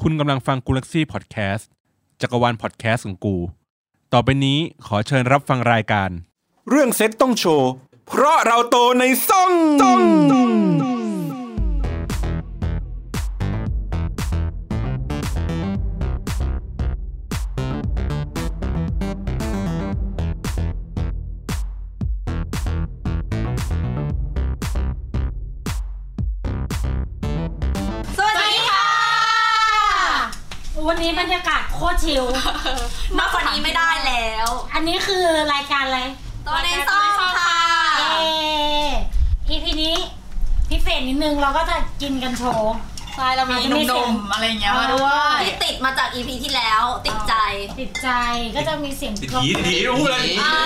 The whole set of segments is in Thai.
คุณกำลังฟังกูลักซี่พอดแคสต์จักรวาลพอดแคสต์ของกูต่อไปนี้ขอเชิญรับฟังรายการเรื่องเซ็กต้องโชว์เพราะเราโตในซ่องวันนี้บรรยากาศโคตรชิลมากกว่านี้ไม่ได้แล้วอันนี้คือรายการอะไรตัวในซ่องค่ะ EP นี้พิเศษนิดนึงเราก็จะกินกันโชว์ใช่เรามีนมๆอะไรอย่างเงี้ยมาด้วยที่ติดมาจาก EP ที่แล้วติดใจก็จะมีเสียงดีพูดเลย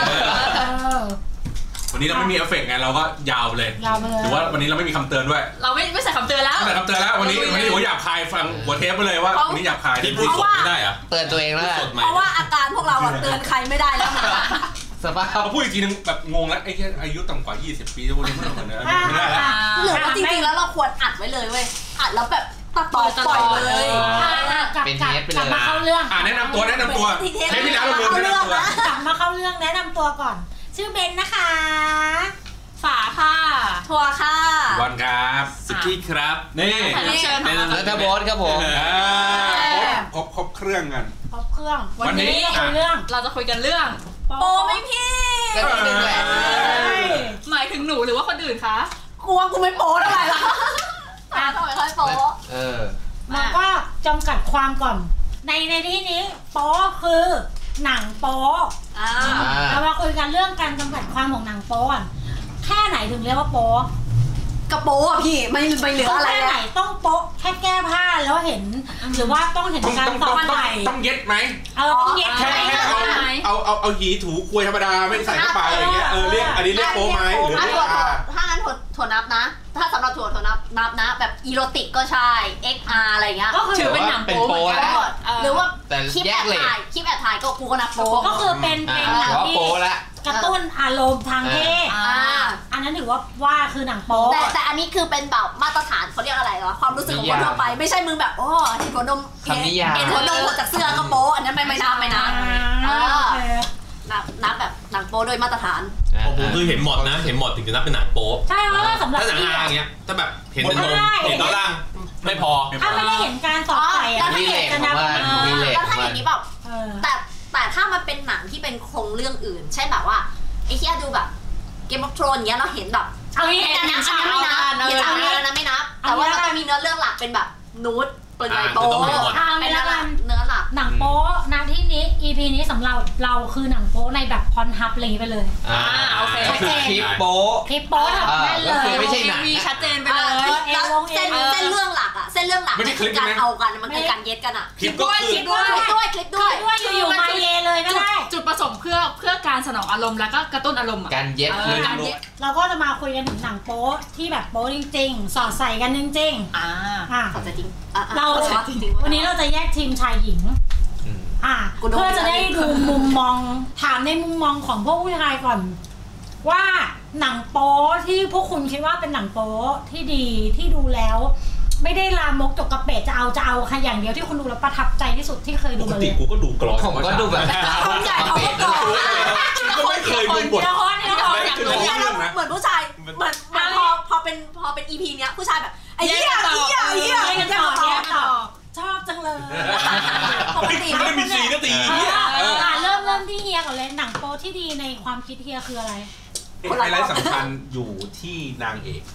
วันนี้เราไม่มีเอฟเฟกต์ไงเราก็ยาวเลยหรือว่าวันนี้เราไม่มีคำเตือนด้วยเราไม่ใส่คำเตือนแล้วไม่ใส่คำเตือนแล้ววันนี้หัวหยาบคายฟังหัวเทปไปเลยว่าวันนี้หยาบคายที่พูดสดไม่ได้อะเตือนตัวเองแล้วเพราะว่าอาการพวกเราเตือนใครไม่ได้แล้วสภาพเขาพูดอีกทีนึงแบบงงแล้วไอ้แค่อายุต่ำกว่า20 ปีจะพูดเรื่องอะไรไม่ได้แล้วหรือว่าจริงๆแล้วเราควรอัดไว้เลยเว้ยอัดแล้วแบบตัดต่อปล่อยเลยกลับมาเข้าเรื่องแนะนำตัวเทปที่แล้วเราลืมแนะนำตัวกลับมาเข้าเรื่องแนะนำตัวก่อนชื่อเบนนะคะฝาค่ะทัวร์ค่ะวันครับสุกี้ครับนี่เป็นรัฐบอสครับผมครบเครื่องกันครบเครื่องวันนี้เราจะคุยกันเรื่องโปไม่พี่ก็นี่เป็นแหละหมายถึงหนูหรือว่าคนอื่นคะกลัวกูไม่โปเท่าไหร่ละทำไมค่อยโปมันก็จำกัดความก่อนในที่นี้โปคือหนังโป๊เรามาคุยกันเรื่องการจำกัดความของหนังโป๊ก่อนแค่ไหนถึงเรียกว่าโป๊กระโป๊อะพี่ไม่เหลืออะไรแค่ไหนต้องโป๊แค่แก้ผ้าแล้วเห็นหรือว่าต้องเห็นการต่อไปต้องเย็ดไหมต้องเย็ดแค่เอาหยีถูควยธรรมดาไม่ใส่เข้าไปอะไรเงี้ยเรียกอันนี้เรียกโป๊ไหมหรือเรียกถ้างั้นถั่วนับนะถ้าสำหรับถั่วนับนะแบบอีโรติกก็ใช่ XR อะไรเงี้ยก็ถือเป็นหนังโป๊แล้วหรือว่าคลิปแอบถ่ายก็กูก็นับโป๊ก็คือเป็นหนังที่กระตุ้นอารมณ์ทางเพศอันนั้นถือว่าคือหนังโป๊แต่อันนี้คือเป็นแบบมาตรฐานเขาเรียกอะไรวะความรู้สึกของคนทั่วไปไม่ใช่มึงแบบโอ้เห็นหัวนมหมดจากเสื้อก็โป๊อันนั้นไม่นับนับแบบหนังโป๊โดยมาตรฐานผมคือเห็นหมดนะเห็นหมดถึงจะนับเป็นหนังโป๊ใช่เพราะว่าสำหรับถ้าหนังอาอย่างเงี้ยถ้าแบบเห็นแต่นมเห็นตอนล่างไม่พอถ้าไม่ได้เห็นการสอดใส่แล้วถ้าเห็นจะนับแล้วถ้าอย่างนี้แบบแต่ถ้ามันเป็นหนังที่เป็นโครงเรื่องอื่นใช่แบบว่าไอ้เหี้ยดูแบบเกมออฟโทรนเงี้ยเราเห็นแบบอันนี้ไม่นับไม่นับแต่ว่าเราจะมีเนื้อเรื่องหลักเป็นแบบนูดเปิดใหญ่โตเป็นเนื้อหลักหนังโป๊นะที่นี้ EP นี้สำหรับเราคือหนังโป๊ในแบบพรฮับอะไรไปเลยโอเคคลิปโป๊ทำได้เลยไม่ใช่หนังมีชัดเจนไปเลยเส้นเรื่องหลักอะเส้นเรื่องหลักคือการเอากันมันคือการเย็ดกันอะคลิปด้วยอยู่มาเยเลยก็ได้จุดประสงค์เพื่อการสนองอารมณ์แล้วก็กระตุ้นอารมณ์การเย็ดเราก็จะมาคุยกันถึงหนังโป๊ที่แบบโป๊จริงๆสอดใส่กันจริงๆสอดใส่จริงเราวันนี้เราจะแยกทีมชายหญิงเพื่อจะได้ดูมุมมองถามในมุมมองของพวกผู้ชายก่อนว่าหนังโป๊ที่พวกคุณคิดว่าเป็นหนังโป๊ที่ดีที่ดูแล้วไม่ได้ลามกจกกระเปดจะเอาแค่อย่างเดียวที่คุณดูแล้วประทับใจที่สุดที่เคยดูมาเลยปกติกูก็ดูกรอบผมก็ดูแบบคนใหญ่เขาก็กรอบก็ไม่เคยดูบทเหมือนผู้ชายเหมือนพอเป็น EP เนี้ยผู้ชายแบบไอ้เหี้ยชอบจังเลยปกติไม่มีซีก็ตีเริ่มที่เฮียก่อนเลยหนังโป๊ที่ดีในความคิดเฮียคืออะไรไฮไลท์สำคัญอยู่ที่นางเอก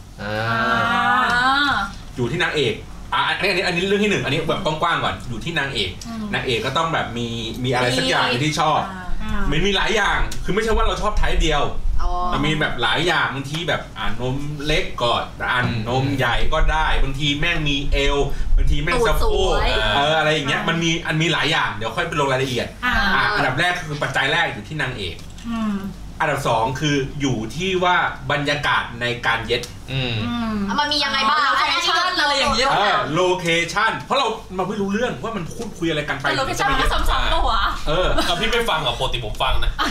อยู่ที่นางเอกอันนี้เรื่องที่1อันนี้แบบกว้างๆก่อนอยู่ที่นางเอกก็ต้องแบบมีอะไรสักอย่างที่ชอบมันมีหลายอย่างคือไม่ใช่ว่าเราชอบไทป์เดียวมันมีแบบหลายอย่างบางทีแบบนมเล็กก็นมใหญ่ก็ได้บางทีแม่งมีเอวบางทีแม่งสะโพกอะไรอย่างเงี้ยมันมีหลายอย่างเดี๋ยวค่อยไปลงรายละเอียดอันดับแรกคือปัจจัยแรกอยู่ที่นางเอกอันดับ2คืออยู่ที่ว่าบรรยากาศในการเย็ดมันมียังไงบ้างโลเคชั่นอะไรอย่างเงี้ยโลเคชั่นเพราะเราไม่รู้เรื่องว่ามันพูดคุยอะไรกันไปโลเคชั่นมันซ้ำๆป่ะวะพี่ไม่ฟังปกติผมฟังนะ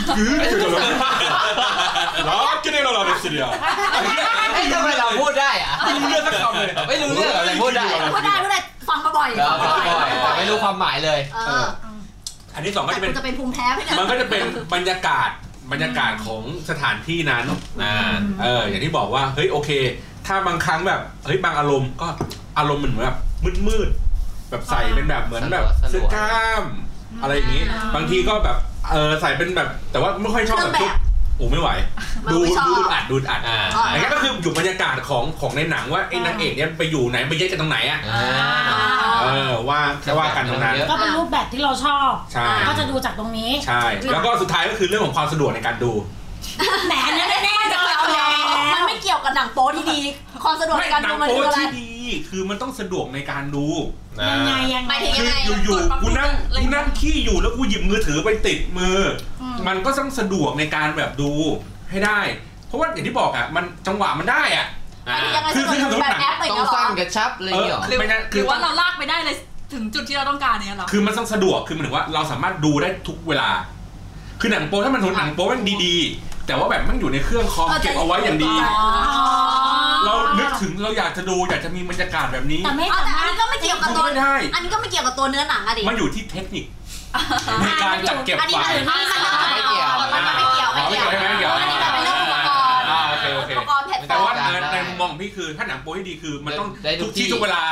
แล้วกินได้เราเสียทำไมเราพูดได้อะไม่รู้เรื่องสักคำเลยไม่รู้เรื่องอะไรพูดได้ฟังมาบ่อยรู้ความหมายเลยอันที่2ก็จะเป็นจะเป็นภูมิแพ้ไปมันก็จะเป็นบรรยากาศของสถานที่นั้นอย่างที่บอกว่าเฮ้ยโอเคถ้าบางครั้งแบบเฮ้ยบางอารมณ์ก็อารมณ์เหมือนแบบมืดแบบใส่เป็นแบบเหมือนแบบเสื้อกล้ามอะไรอย่างนี้บางทีก็แบบใส่เป็นแบบแต่ว่าไม่ค่อยชอบแบบชุดไม่ไหวดูอัดอันนี้ก็คืออยู่บรรยากาศของในหนังว่าไอ้นางเอกเนี่ยไปอยู่ไหนไปแยกกันตรงไหนว่ากันตรงนั้นก็เป็นรูปแบบที่เราชอบก็จะดูจากตรงนี้ใช่แล้วก็สุดท้ายก็คือเรื่องของความสะดวกในการดูแหมแน่ๆมันไม่เกี่ยวกับหนังโป๊ที่ดีความสะดวกในการดูมันคืออะไรที่ดีคือมันต้องสะดวกในการดูยังไงคืออยู่กูนั่งขี้อยู่แล้วกูหยิบมือถือไปติดมือมันก็ต้องสะดวกในการแบบดูให้ได้เพราะว่าอย่างที่บอกอ่ะมันจังหวะมันได้อ่ะคือแบบแอปต้องสั้นกระชับเลยเหรอหรือว่าเราลากไปได้เลยถึงจุดที่เราต้องการเนี่ยหรอคือมันต้องสะดวกคือหมายถึงว่าเราสามารถดูได้ทุกเวลาคือหนังโป๊ถ้ามันหนังโป๊มันดีๆแต่ว่าแบบมันอยู่ในเครื่องคอมเก็บเอาไว้อย่างดีเรานึกถึงเราอยากจะดูอยากจะมีบรรยากาศแบบนี้แต่อันนี้ก็ไม่เกี่ยวกับตัวอันนี้ก็ไม่เกี่ยวกับตัวเนื้อหนังอะดิมันอยู่ที่เทคนิคในการจัดเก็บไฟไม่เกี่ยวใช่ไหมเกี่ยวอันนี้เป็นเรื่องอุปกรณ์แต่ว่าในมุมมองพี่คือถ้าหนังโป๊ที่ดีคือมันต้องทุกที่ทุกเวลา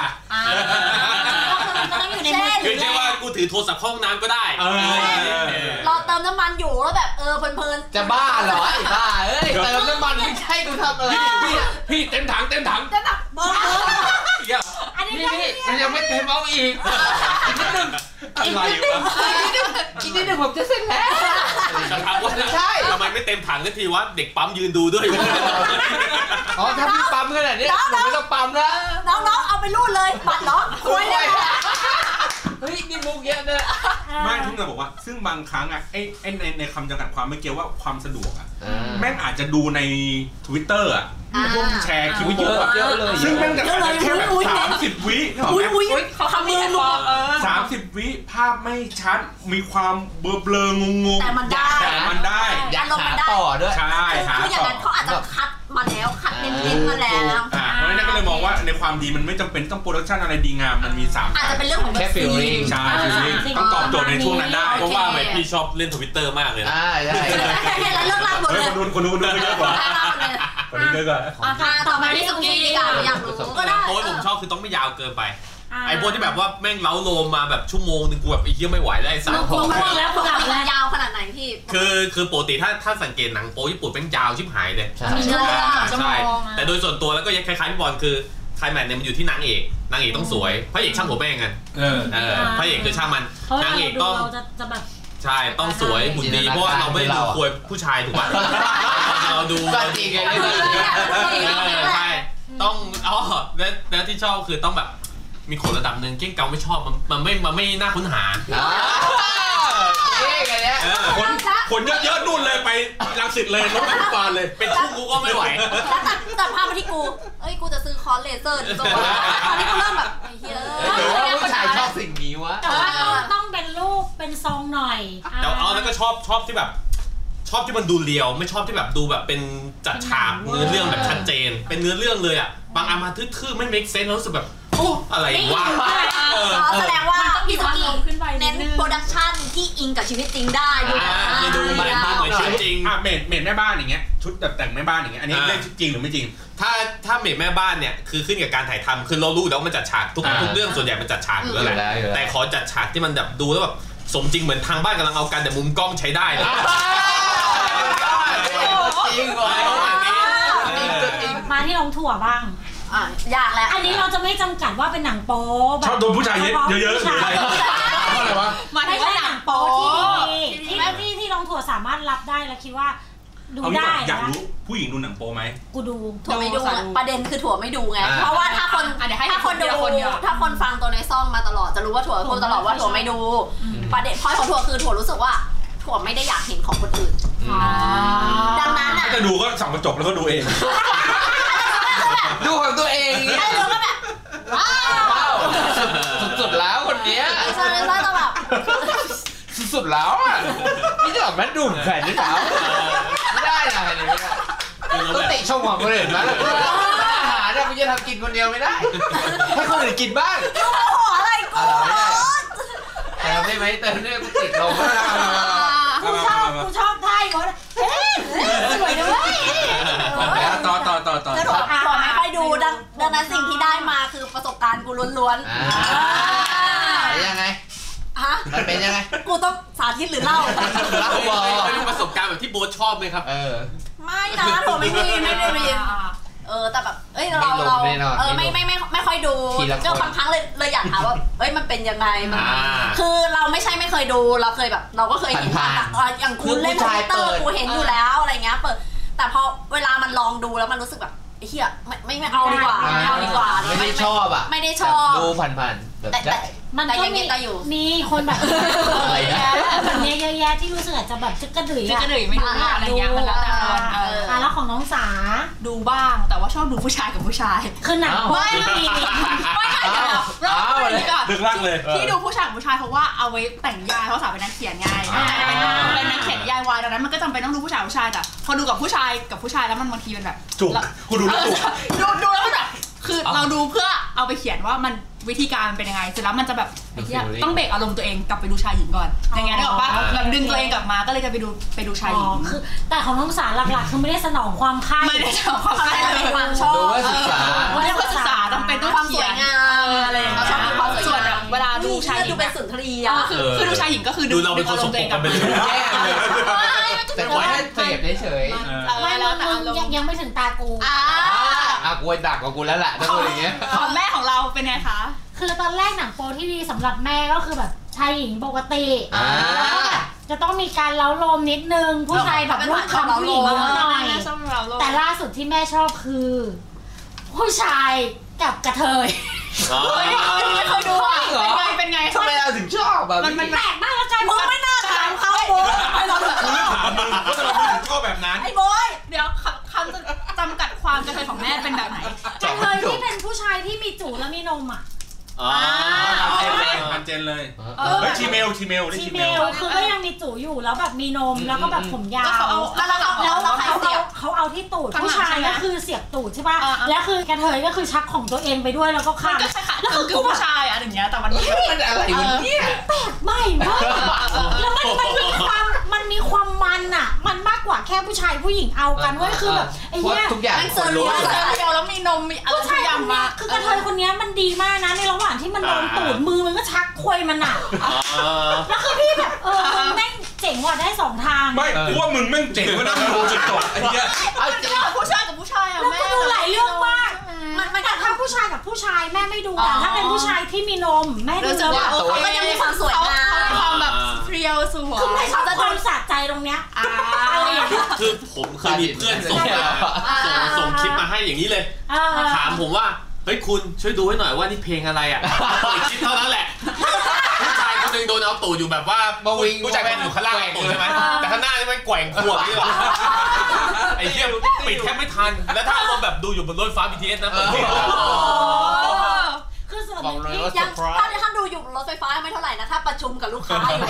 คือใช่ว่ากูถือโทรศัพท์ห้องน้ำก็ได้รอเติมน้ำมันอยู่แล้วแบบเพลินจะบ้าเหรอไอ้บ้าเอ้ยเติมน้ำมันไม่ใช่กูทำเลยพี่เต็มถังเบอร์อันนี้มันยังไม่เต็มเอาอีกนิดนึงอะไรวะอีกนิดนึงผมจะเสร็จแล้วจะถามว่าใช่ทำไมไม่เต็มถังสักทีวะเด็กปั๊มยืนดูด้วยถ้าพี่ปั๊มขนาดนี้ผมไม่ต้องปั๊มแล้วน้องๆเอาไปรูดเลยบัตรเนาะคุยเลยเฮ้ยนี่มุกเยอะเลยไม่ทุกคนบอกว่าซึ่งบางครั้งอ่ะไอ้ในคำจำกัดความไม่เกี่ยวว่าความสะดวกอ่ะแม่งอาจจะดูใน Twitter อ่ะพวกแชร์คลิปเยอะเลยซึ่งแม่งจะแค่แบบ30 วิเขาทำมือ 30 วิภาพไม่ชัดมีความเบลองงแต่มันได้อยากหาต่อด้วยใช่คืออย่างนั้นเขาอาจจะคัดมาแล้วคัดเน้นๆมาแล้วเพราะฉะนั้นก็เลยมองว่าในความดีมันไม่จำเป็นต้องโปรดักชันอะไรดีงามมันมี3 อาจจะเป็นเรื่องของแค่ฟีลลิ่งใช่ต้องตอบโจทย์ในช่วงนั้นได้เพราะว่าแบบพี่ชอบเล่น Twitter มากเลยนะใช่แล้วเลิกลากหมดเลยคนดูเยอะกว่าคนดูเยอะกว่าต่อมาที่สุกี้ดีกว่าอยากรู้ก็ได้โพสผมชอบคือต้องไม่ยาวเกินไปไอ้พวกที่แบบว่าแม่งเล้าโลมมาแบบชั่วโมงนึงกูแบบไอ้เหี้ยไม่ไหวแล้วไอ้สาวแล้วยาวขนาดไหนพี่คือปกติถ้าสังเกตหนังโป๊ญี่ปุ่นแม่งยาวชิบหายเลยใช่แต่โดยส่วนตัวแล้วก็ยังคล้ายๆพี่บอลคือไคลแม็กซ์เนี่ยมันอยู่ที่นางเอกต้องสวยพระเอกช่างหัวแป้งกันพระเอกคือช่างมันนางเอกต้องใช่ต้องสวยหุ่นดีเพราะว่าเราไม่ดูควยผู้ชายถูกป่ะเราดูจริงไงใช่ต้องแล้วที่ชอบคือต้องแบบมีขนระดับหนึ่งเก้งเกาไม่ชอบมันไม่น่าค้นหาคนเยอะๆนู่นเลยไปรังสิตเลยรถไฟฟ้าเลยเป็นคู่กูก็ไม่ไหวตัดภาพมาที่กูจะซื้อคอนเลเซอร์ตอนนี้กูเริ่มแบบไอ้เหี้ยผู้ชายชอบสิ่งนี้วะแต่ว่าต้องเป็นรูปเป็นทรงหน่อยแล้วก็ชอบที่แบบชอบที่มันดูเรียวไม่ชอบที่แบบดูแบบเป็นจัดฉากเนื้อเรื่องแบบชัดเจนเป็นเนื้อเรื่องเลยอ่ะบางอันมาทื่อๆไม่ make sense แล้วรู้สึกแบบอะไรวะแสดงว่าพี่สกีเน้นโปรดักชั่นที่อิงกับชีวิตจริงได้ดูเหมือนชีวิตจริงเมดแม่บ้านอย่างเงี้ยชุดแบบแต่งแม่บ้านอย่างเงี้ยอันนี้เรื่องจริงหรือไม่จริงถ้าเมดแม่บ้านเนี่ยคือขึ้นกับการถ่ายทำคือเรารู้แล้วมันจัดฉากทุกเรื่องส่วนใหญ่มันจัดฉากอยู่แล้วแหละแต่ขอจัดฉากที่มันแบบดูแล้วแบบสมจริงเหมือนทางบ้านกำลังเอากันแต่มุมกล้องใช้ได้เลยจริงว่ะมาที่ลงถั่วบ้างยากแล้วอันนี้เราจะไม่จำกัดว่าเป็นหนังโป๊ชอบโดนผู้ชายเยอะๆหรืออะไรอะไรวะมาที่ว่าหนังโป๊ที่ลงถั่วสามารถรับได้และคิดว่าดูได้อยากรู้ผู้หญิงดูหนังโป๊ไหมกูดูถั่วไม่ดูประเด็นคือถั่วไม่ดูไงเพราะว่าถ้าคนดูถ้าคนฟังตัวในซ่องมาตลอดจะรู้ว่าถั่วพูดตลอดว่าถั่วไม่ดูประเด็นพอยของถั่วคือถั่วรู้สึกว่าถั่วไม่ได้อยากเห็นของคนอื่นดังนั้นอ่ะจะดูก็ส่องกระจกแล้วก็ดูเองดูของตัวเองเนี่ยดูก็แบบว้าวสุดๆแล้วคนเนี้ยใช่จะแบบสุดๆแล้วอ่ะนี่จะแบบแม่ดุ่มแขนนี่สาวไม่ได้นะอันนี้ไม่ได้ต้องติชมของคนอื่นมั้ยอาหารเนี่ยมึงจะทำกินคนเดียวไม่ได้ให้คนอื่นกินบ้างอะไรกูไหมเติมเนี่ยกูติดลมกูชอบไทยเขาสวยด้วยต่อจะถั่วไม่ค่อยดูดังนั้นสิ่งที่ได้มาคือประสบการณ์กูล้วนๆยังไงฮะมันเป็นยังไงกูต้องสาธิตหรือเล่ามีประสบการณ์แบบที่โบ๊ทชอบไหมครับไม่นะถั่วไม่มีแต่แบบเราไม่ค่อยดูเจอบางครั้งเลยอยากถามว่ามันเป็นยังไงมันคือเราไม่เคยดูเราเคยแบบเราก็เคยเห็นอย่างคุณเล่นคอมพิวเตอร์กูเห็นอยู่แล้วอะไรเงี้ยเปิดแต่พอเวลามันลองดูแล้วมันรู้สึกแบบไอ้เหี้ยไม่เอาดีกว่าไม่ได้ชอบอ่ะไม่ได้ชอบดูผ่านๆแต่มันก็มีคนแบบแบบนี้เยอะแยะที่รู้สึกอาจจะแบบกระดือยไม่ดูอะไรเงี้ยมันแล้วแต่คนแล้วของน้องสาดูบ้างแต่ว่าชอบดูผู้ชายกับผู้ชายคือหนังไม่ดึกลักเลยที่ดูผู้ชายกับผู้ชายเพราะว่าเอาไว้แต่งยายเพราะสาวเป็นนักเขียนไงเป็นนักเขียนยายวายดังนั้นมันก็จำเป็นต้องดูผู้ชายแต่พอดูกับผู้ชายแล้วมันบางทีมันแบบจุกกูดูแล้วจุกดูแล้วแบบคือเราดูเพื่อเอาไปเขียนว่ามันวิธีการเป็นยังไงเสร็จแล้วมันจะแบบต้องเบรกอารมณ์ตัวเองกลับไปดูชายหญิงก่อนอย่างเงี้ยได้บอกว่าแบบดึงตัวเองกลับมาก็เลยจะไปดูชายหญิงคือแต่ของน้องสารหลักๆคือไม่ได้สนองความคาดไม่ได้สนองความคาดเป็นความชอบดูว่าศึกษาจำเป็นต้องความสวยงามอะไรเราชอบดูความสวยส่วนเวลาดูชายหญิงดูเป็นสุนทรีย์คือดูชายหญิงก็คือดูเราเป็นคนสมบูรณ์กันเป็นแย่เลยแต่ขอให้เสพเฉยไม่แล้วแต่ยังไม่ถึงตากูกูดักกว่ากูแล้วแหละถ้าพูดอย่างเงี้ยของแม่ของเราเป็นไงคะคือตอนแรกหนังโป๊ที่ดีสำหรับแม่ก็คือแบบชายหญิงปกติแล้วก็แบบจะต้องมีการเล้าโลมนิดนึงผู้ชายแบบลูกคำผู้หญิงเยอะหน่อยแต่ล่าสุดที่แม่ชอบคือผู้ชายกับกระเทยไม่เคยดูเป็นไงทำไมเราถึงชอบแบบมันแปลกมากแล้วใจมึงไม่น่าถามเขาโบยเราถามมึงว่าเราถึงชอบแบบนั้นไอ้โบยเดี๋ยวคำจำกัดความกระเทยของแม่เป็นแบบไหนกระเทยที่เป็นผู้ชายที่มีจูและมีนมอ่ะมันเจนเลยชีเมลคือก็ยังมีจูอยู่แล้วแบบมีนมแล้วก็แบบผมยาวแล้วเขาเอาที่ตูดผู้ชายก็คือเสียบตูดใช่ป่ะแล้วคือกระเทยก็คือชักของตัวเองไปด้วยแล้วก็ข้ามแล้วคือผู้ชายอะไรอย่างเงี้ยแต่มันอะไรเนี่ยแปลกใหม่มากแล้วมันมีความมันอ่ะมันมากกว่าแค่ผู้ชายผู้หญิงเอากันเว้ยคือแบบไอ้เนี้ยทุกอย่างมันเซอร์เรียลแล้วมีนมมีอะไรทุกอย่างมาคือกระเทยคนนี้มันดีมากนะในระหว่างที่มันโดนตูดมือมันก็ชักควยมันอ่ะแล้วคือพี่แบบมึงแม่งเจ๋งว่ะได้2ทางไม่ว่ามึงแม่งเจ๋งว่านั่งดูจนจบไอ้เหี้ยจริงผู้ชายกับผู้ชายอ่ะแม่ดูหลายเรื่องมากมันแต่ถ้าผู้ชายกับผู้ชายแม่ไม่ดูแต่ถ้าเป็นผู้ชายที่มีนมแม่ดูแล้วแบบก็ยังมีความสวยงามความแบบเรียวสวยคือไม่ชอบความสะใจตรงเนี้ยคือผมเคยมีเพื่อนส่งคลิปมาให้อย่างนี้เลยถามผมว่าเฮ้ยคุณช่วยดูให้หน่อยว่านี่เพลงอะไรอ่ะคิดเท่านั้นแหละผู้ชายคนนึงโดนเอาตูดอยู่แบบว่าผู้ชายคนอยู่ข้างล่างตูดใช่ไหมแต่ข้างหน้านี่มันแกว่งขวบนี่หรอไอ้เหี้ยปิดแทบไม่ทันแล้วถ้าเราแบบดูอยู่บนรถไฟฟ้า BTS นะคือส่วนยังถ้าดูอยู่รถไฟฟ้าไม่เท่าไหร่นะถ้าประชุมกับลูกค้าอยู่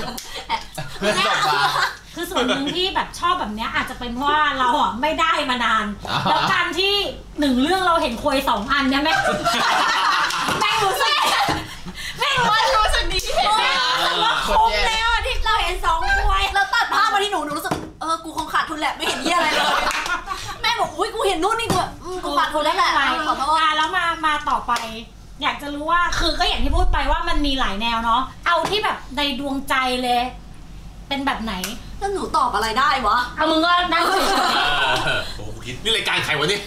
คือส่วนหนึ่งที่แบบชอบแบบนี้อาจจะเป็นเพราะว่าเราอ่ะไม่ได้มานานแล้วการที่1เรื่องเราเห็นควย2อันเนี่ยแม่รู้สึกดีที่เห็นว่าคุ้มแล้วที่เราเห็น2ควยแล้วตัดภาพมาที่หนูรู้สึกกูคงขาดทุนแหละไม่เห็นเหี้ยอะไรเลยแม่บอกอุ้ยกูเห็นนู่นนี่กูขาดทุนแล้วแหละขอโทษแล้วมาต่อไปอยากจะรู้ว่าคือก็อย่างที่พูดไปว่ามันมีหลายแนวเนาะเอาที่แบบในดวงใจเลยเป็นแบบไหนแล้วหนูตอบอะไรได้วะเอามึงก็นั่งเฉยๆโอ้คิดนี่รายการใครวะเนี่ย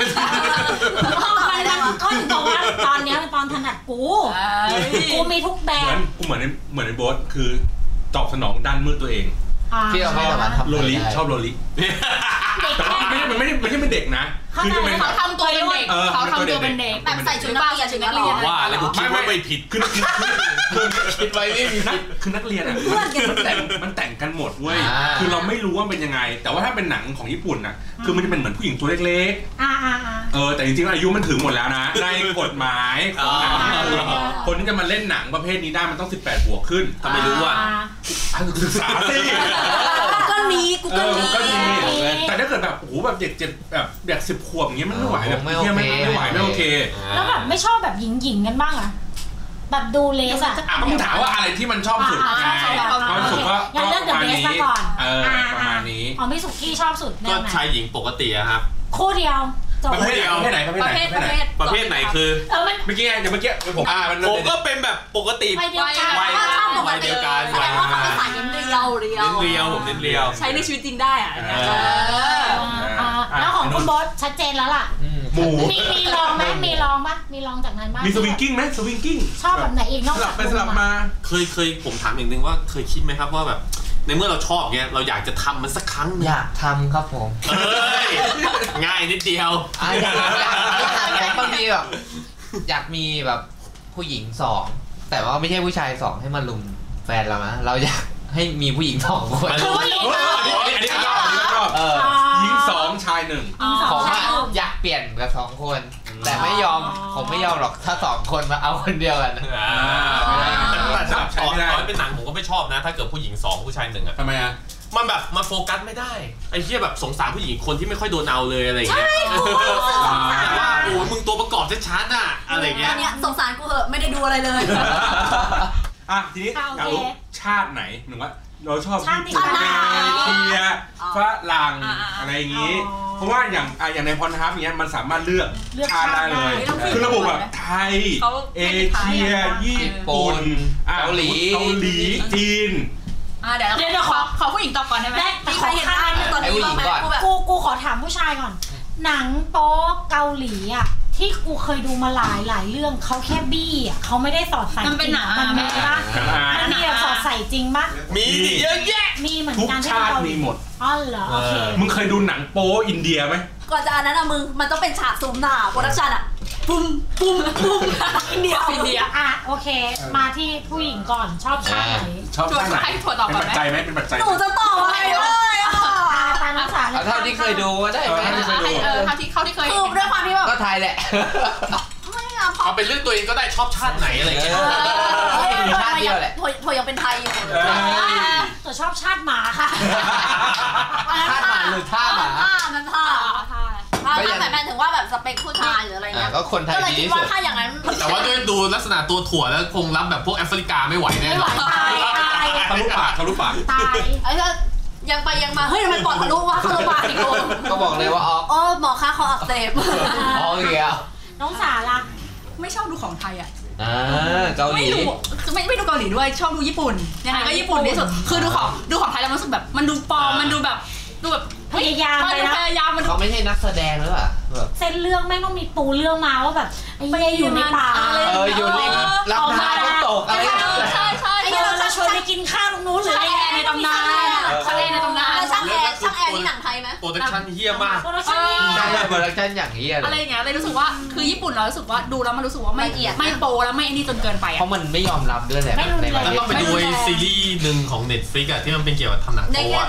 ก็บอกว่าตอนนี้เป็นตอนถนัดกูมีทุกแบบกูเหมือนในโบ๊ทคือตอบสนองด้านมืดตัวเองที่เราไม่สามารถทำโลลิชอบโลลิแต่ว่าไม่ใช่เป็นเด็กนะคือจะเป็นเขาทำตัวเป็นเด็กเขาทำตัวเป็นเด็กแบบใส่ชุดนักเรียนชุดนักเรียนว่าแล้วกูคิดว่าไม่ผิดคือคิดไว้ไม่มีคือนักเรียนอ่ะมันแต่งกันหมดเว้ยคือเราไม่รู้ว่าเป็นยังไงแต่ว่าถ้าเป็นหนังของญี่ปุ่นน่ะคือมันจะเป็นเหมือนผู้หญิงตัวเล็กๆแต่จริงๆอายุมันถึงหมดแล้วนะในกฎหมายของหนังคนที่จะมาเล่นหนังประเภทนี้ได้มันต้อง18บวกขึ้นทำไมรู้ว่าศึกษาสิก็มีกูก็มีแต่ถ้าเกิดแบบโอ้โหแบบเด็กแบบเด็ก10 ขวบอย่างเงี้ยมันไม่ไหวแบบไม่ไหวไม่โอเคแล้วแบบไม่ชอบแบบหญิงกันบ้างอ่ะแบบดูเลสอะมึงถามว่าอะไรที่มันชอบสุดไงความสุดก็งั้นเลือกเดอะเบสมาก่อนประมาณนี้อ๋อพี่สุกี้ชอบสุดก็ชายหญิงปกติอะครับคู่เดียวประเภทไหนประเภทไหนคือเมื่อกี้ผมก็เป็นแบบปกติวัยเดียวกันวัยเดียวกันวัยเขาเป็นสายเรียวผมเรียวใช้ในชีวิตจริงได้อะแล้วของคุณบอสชัดเจนแล้วล่ะมีลองไหมมีลองปะมีลองจากนั้นบ้างมีสวิงกิ้งไหมสวิงกิ้งชอบแบบไหนอีกนอกจากสลับมาเคยผมถามอย่างนึงว่าเคยคิดไหมครับว่าแบบในเมื่อเราชอบเงี้ยเราอยากจะทำมันสักครั้งอยากทำครับผมง่ายนิดเดียวอยากบางทีแบบอยากมีแบบผู้หญิง2แต่ว่าไม่ใช่ผู้ชาย2ให้มาลุมแฟนเรานะเราอยากให้มีผู้หญิง2คนคือผู้หญิงอันนี้ชอบหญิง2ชาย1 ผมอยากเปลี่ยนกับ2คนแต่ไม่ยอมผมไม่ยอมหรอกถ้า2คนมาเอาคนเดียวกันแต่ถ้าตอนเป็นหนังผมก็ไม่ชอบนะถ้าเกิดผู้หญิง2ผู้ชาย1อ่ะทำไมอ่ะมันแบบมาโฟกัสไม่ได้ไอ้เหี้ยแบบสงสารผู้หญิงคนที่ไม่ค่อยโดนเอาเลยอะไรอย่างเงี้ยว่าโอ้มึงตัวประกอบชัดๆอ่ะอะไรเงี้ยสงสารกูเหอะไม่ได้ดูอะไรเลยทีนี้อยากรู้ชาติไหนหนึ่งว่าเราชอบญี่ปุ่นเชียฝรั่งอะไรอย่างงี้เพราะว่าอย่างในพรทับเนี้ยมันสามารถเลือกชาติได้เลยคือระบบแบบไทยเอเชียญี่ปุ่นเกาหลีจีนเดี๋ยวขอผู้หญิงตอบก่อนได้ไหมมีใครเห็นได้ตอนนี้บ้างไหมกูขอถามผู้ชายก่อนหนังโป๊เกาหลีอ่ะที่กูเคยดูมาหลายเรื่องเขาแค่บี้อ่ะเขาไม่ได้สอดใส่มันเป็นหนังมันมีปะมันมีแบบสอดใส่จริงปะมีเยอะแยะมีเหมือนกันทุกชาติมีหมดอ๋อเหรอโอเคมึงเคยดูหนังโป๊อินเดียไหมก่อนจะอันนั้นอะมึงมันต้องเป็นฉากซูมหน้าโปรดักชั่นอะปุ้มอินเดียอ่ะโอเคมาที่ผู้หญิงก่อนชอบชาติไหนชอบชาติไหนเป็นปัจจัยไหมเป็นปัจจัยหนูจะตอบอะไรเลยอ่ะตาน้ำสารเท่าที่เคยดูก็ได้ไหมเท่าที่เคยคือด้วยความที่แบบก็ไทยแหละเอาเป็นเรื่องตัวเองก็ได้ชอบชาติไหนอะไรเงี้ยมีชาติเดียวแหละโถยังเป็นไทยอยู่ตัวชอบชาติหมาค่ะชาติหมาหรือท่าหมานั่นท่าแต่แม่ถึงว่าแบบสเปคผู้ชายหรืออะไรเงี้ยก็คนไทยดีที่สุดถ้าอย่างนั้นแต่ว่าด้วยดูลักษณะตัวถั่วแล้วคงรับแบบพวกแอฟริกาไม่ไหวแน่นอนทะลุปากตายยังไปยังมาเฮ้ยมันปอดทะลุวะเข้าโรงพยาบาลอีกคนก็บอกเลยว่าหมอคะคออักเสบเหี้ยน้องสาล่ะไม่ชอบดูของไทยอ่ะเกาหลีไม่ดูเกาหลีด้วยชอบดูญี่ปุ่นยังไงก็ญี่ปุ่นที่สุดคือดูของไทยแล้วมันรู้สึกแบบมันดูปลอมมันดูแบบพยายามเลยนะเขาไม่ใช่นักแสดงหรือเปล่าเส้นเรื่องแม่งต้องมีปูเรื่องมาว่าแบบไม่ได้อยู่ในป่าอยู่ในลำธารก็ตกอะไรใช่เราชวนไปกินข้าวตรงนู้นหรืออะไรในตำนานทะเลในตำนานช่างแอร์นี่หนังไทยไหมโปรดักชั่นเฮี้ยมากใช่โปรดักชั่นอย่างเฮี้ยอะไรอย่างเงี้ยเลยรู้สึกว่าคือญี่ปุ่นเรารู้สึกว่าดูแล้วมันรู้สึกว่าไม่โปแล้วไม่นี่จนเกินไปเพราะมันไม่ยอมรับด้วยแหละแล้วต้องไปดูซีรีส์หนึ่งของ Netflix อ่ะที่มันเป็นเกี่ยวกับทำหนังโป๊ะ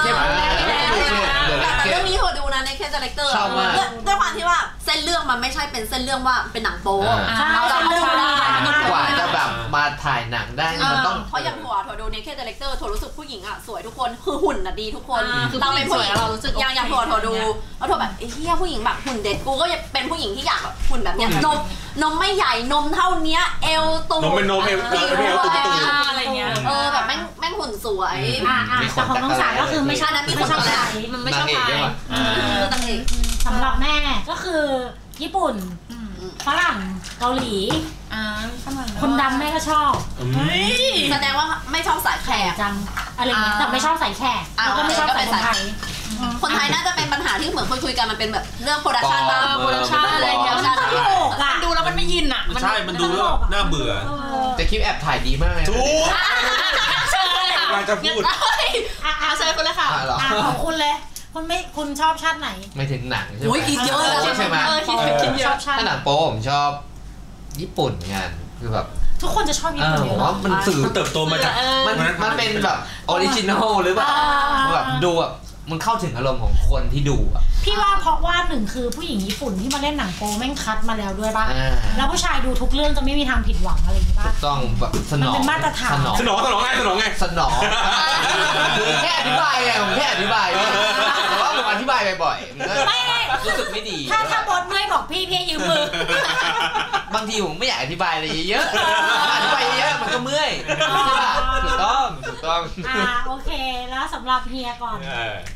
แต่เรื่องนี้เธอดูนะในแค่ดีเรคเตอร์ด้วยความที่ว่าเส้นเรื่องมันไม่ใช่เป็นเส้นเรื่องว่าเป็นหนังโป๊เราจะเรื่องได้กว่าจะแบบมาถ่ายหนังได้มันต้องเพราะอย่างถั่วดูในแค่ดีเรคเตอร์ถั่วรู้สึกผู้หญิงอ่ะสวยทุกคนคือหุ่นน่ะดีทุกคนเราเป็นผู้หญิงเรารู้สึกอย่างถั่วดูแล้วถั่วแบบไอ้เหี้ยผู้หญิงแบบหุ่นเด็ดกูก็เป็นผู้หญิงที่อยากแบบหุ่นแบบเนี้ยนมไม่ใหญ่นมเท่านี้เอวตูนมเป็นนมเอวอะไรเงี้ยแบบแม่งหุ่นสวยแต่ของน้องสายก็คือไม่ใช่นะไม่ชอบใครมันไม่ชอบใครตังเอกสำหรับแม่ก็คือญี่ปุ่นฝรั่งเกาหลีคนดำแม่ก็ชอบแสดงว่าไม่ชอบสายแขกจังอะไรเงี้ยแต่ไม่ชอบสายแขกแล้วก็ไม่ชอบสายไทยคนไทยน่าจะเป็นปัญหาที่เหมือนคุยกันมันเป็นแบบเรื่องโปรดักชั่นอะไรเงี้ยดูแล้วมันไม่ยินอ่ะใช่มันดูแล้วน่าเบื่อแต่คลิปแอบถ่ายดีมากเลยถูกกำลังจะพูดเชิญคุณเลยค่ะของคุณเลยคุณชอบชาติไหนไม่ถึงหนังใช่ไหมคิดเยอะเลยใช่ไหมคิดเยอะถ้าหนังโป๊ผมชอบญี่ปุ่นงานคือแบบทุกคนจะชอบญี่ปุ่นผมว่ามันสื่อเติบโตมาจากมันเป็นแบบออริจินอลหรือเปล่าแบบดูแบบมันเข้าถึงอารมณ์ของคนที่ดูอ่ะพี่ว่าเพราะว่าหนึ่งคือผู้หญิงญี่ปุ่นที่มาเล่นหนังโปแม่งคัดมาแล้วด้วยป่ะแล้วผู้ชายดูทุกเรื่องจะไม่มีทางผิดหวังอะไรอย่างนี้ป่ะถูกต้องแบบสนองมันเป็นมาตรฐานสนองไงสนองแค่อธิบายไงผมแค่อธิบายแต่ว่าผมอธิบายบ่อยๆไม่รู้สึกไม่ดีถ้าบดเมื่อยบอกพี่ยืมมือบางทีผมไม่อยากอธิบายอะไรเยอะอธิบายเยอะมันก็เมื่อยใช่ป่ะถูกต้องโอเคแล้วสำหรับเฮียก่อน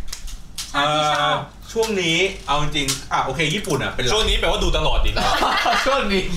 ช่วงนี้เอาจริงโอเคญี่ปุ่นเป็นช่วงนี้แปลว่าดูตลอดดิช่วงนี้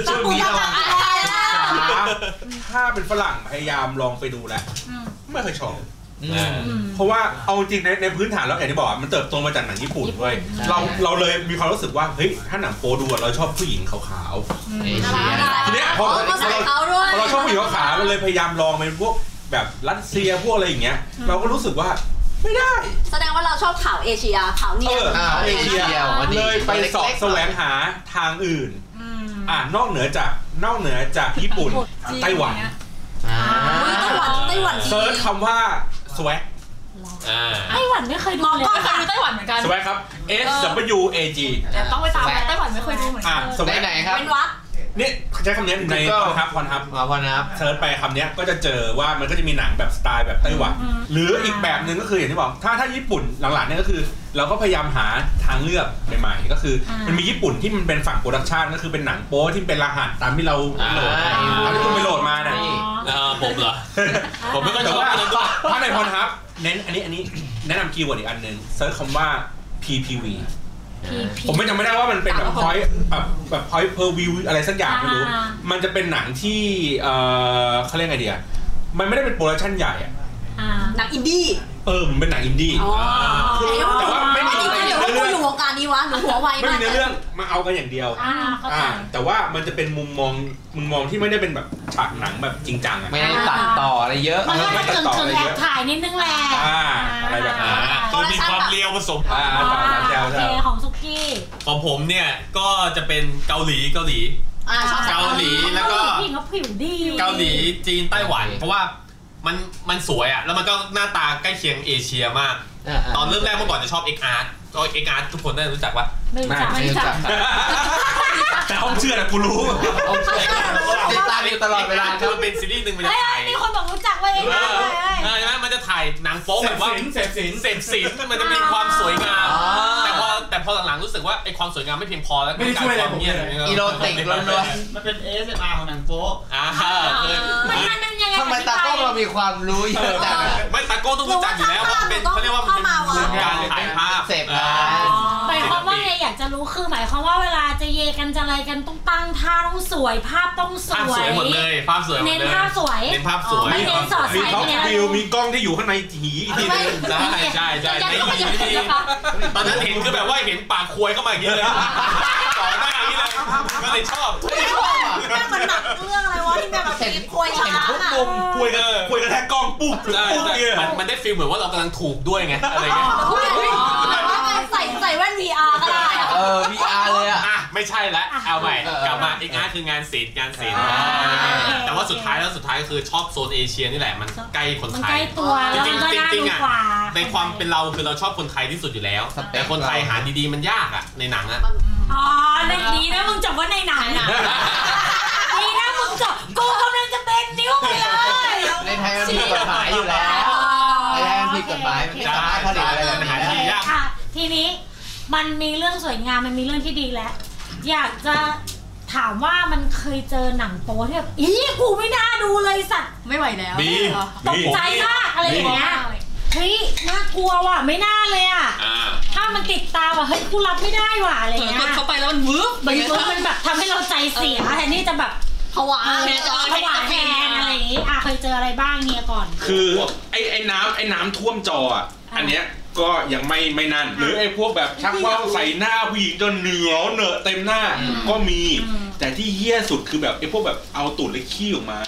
ถ้าเป็นฝรั่งพยายามลองไปดูแล้วไม่เคยชอบเพราะว่าเอาจริงในพื้นฐานแล้วอย่างที่บอกมันเติบโตมาจากหนังญี่ปุ่นด้วยเราเลยมีความรู้สึกว่าเฮ้ยถ้าหนังโป๊ดูเราชอบผู้หญิงขาวๆทีนี้พอเราชอบผู้หญิงขาวเราเลยพยายามลองเป็นพวกแบบรัสเซียพวกอะไรอย่างเงี้ยเราก็รู้สึกว่าไม่ได้แสดงว่าเราชอบขาวเอเชียขาวเนียนเอเชียเลยไปสอบแสวงหาทางอื่นนอกเหนือจากญี่ปุ่นไต้หวันเซิร์ชคำว่าสวกไต้หวันไม่เคยดูเลยก็เคยดูไต้หวันเหมือนกันสวกครับ SWAG ต้องไปตามไต้หวันไม่เคยดูเหมือนกันสวกไหนครับเป็นวัดนี่ใช้คำนี้ในพรทับเซิร์ชไปคำนี้ก็จะเจอว่ามันก็จะมีหนังแบบสไตล์แบบไต้หวันหรืออีกแบบหนึ่งก็คืออย่างที่บอกถ้าญี่ปุ่นหลังๆเนี่ยก็คือเราก็พยายามหาทางเลือกใหม่ๆก็คือมันมีญี่ปุ่นที่มันเป็นฝั่งโปรดักชันก็คือเป็นหนังโป๊ที่เป็นรหัสตามที่เราโหลดตามที่คุณไปโหลดมานะผมเหรอผมไม่ค่อยชอบถ้าในพรทับเน้นอันนี้แนะนำคีย์เวิร์ดอีกอันหนึ่งเซิร์ชคำว่า PPV ผมไม่จำไม่ได้ว่ามันเป็นแบบ point แบบ point per view อะไรสักอย่างไม่รู้มันจะเป็นหนังที่เขาเรียกไงดีอะมันไม่ได้เป็นโปรดักชั่นใหญ่อะหนังอินดี้มันเป็นหนังอินดี้แต่ว่าไม่มีเดี๋ยวกูอยู่วงการนี้วะหรือหัวไวมากไม่มีเรื่องมาเอากันอย่างเดียวแต่ว่ามันจะเป็นมุมมองที่ไม่ได้เป็นแบบฉากหนังแบบจริงจังอะไม่ได้ตัดต่ออะไรเยอะมันก็จะเกินแอบถ่ายนิดนึงแหละอะไรแบบนั้นคือมีความเลียวผสมโอเคของซุกี้ของผมเนี่ยก็จะเป็นเกาหลีแล้วก็เกาหลีจีนไต้หวันเพราะว่ามันสวยแล้วมันก็หน้าตาใกล้เคียงเอเชียมากตอนเริ่มแรกเมื่อก่อนจะชอบ XR ก็ XR ทุกคนได้รู้จักปะไม่รู้จักแต่ห้องเชื่อนะกูรู้ติดตามอยู่ตลอดเวลามันเป็นซีรีส์หนึ่งมันจะถ่ายมีคนบอกรู้จักว่า XR ใช่ไหมมันจะถ่ายหนังโป๊แบบว่าเสพสินมันจะมีความสวยงามแต่พอหลังๆรู้สึกว่าไอ้ความสวยงามไม่เพียงพอแล้วไม่ช่วยอะไรผมเลยอีโรติกล้วนๆมันเป็น ASMR ของหนังโป๊ทำไมตากล้องเรามีความรู้เยอะจังไม่ตากล้องต้องรู้จักอยู่แล้วเพราะเป็นเขาเรียกว่ามันเป็นการถ่ายภาพเสพหมายความว่าไงอยากจะรู้คือหมายความว่าเวลาจะเยกันจะอะไรกันต้องตั้งท่าต้องสวยภาพต้องสวยหมดเลยภาพสวยเน้นภาพสวยไม่เน้นสอดใส่เนี่ยมีกล้องที่อยู่ข้างในหีอีกทีนึงใช่ในหีตอนนั้นเห็นคือแบบว่าเห็นปากควยเข้ามาอย่างนี้เลยต่อหน้าอย่างนี้เลยก็เลยชอบมันหนักเรื่องอะไรวะที่แบบเห็นควยช้างควยกระแทกกล้องปุ๊บมันได้ฟีลเหมือนว่าเรากำลังถูกด้วยไงอะไรเงี้ยใส่แว่น VR ก็ได้ VR เลยไม่ใช่แล้วเอาใหม่กลับมา XR คืองานศิลป์แต่ว่าสุดท้ายคือชอบโซนเอเชียนี่แหละมันใกล้คนไทยจริงในความเป็นเราคือเราชอบคนไทยที่สุดอยู่แล้วแต่คนไทยหาดีๆมันยากในหนังในดีนะมึงจบว่าในหนังดีนะมึงจบกูกำลังจะเป็นนิ้วไปเลยในไทยมันผิดกฎหมายอยู่แล้วในไทยมันผิดกฎหมายจะผลิตอะไรแบบนี้ทีนี้มันมีเรื่องสวยงามมันมีเรื่องที่ดีแล้วอยากจะถามว่ามันเคยเจอหนังโป๊ที่แบบกูไม่น่าดูเลยสัตว์ไม่ไหวแล้วตกใจมากอะไรอย่างเงี้ยเฮ้ยน่ากลัวว่ะไม่น่าเลยถ้ามันติดตาว่ะเฮ้ยกูรับไม่ได้ว่ะอะไรเงี้ยกดเข้าไปแล้วมันวืบมันแบบทำให้เราใจเสียแทนที่จะแบบผวาแทนอะไรอย่างงี้เคยเจออะไรบ้างเนี่ยก่อนคือไอ้น้ำท่วมจออันเนี้ยก็ยังไม่นั่นหรือไอ้พวกแบบชักว่าวใส่หน้าผู้หญิงจนเหนอะเต็มหน้าก็มีแต่ที่เหี้ยสุดคือแบบไอ้พวกแบบเอาตูดเลยขี้ออกมา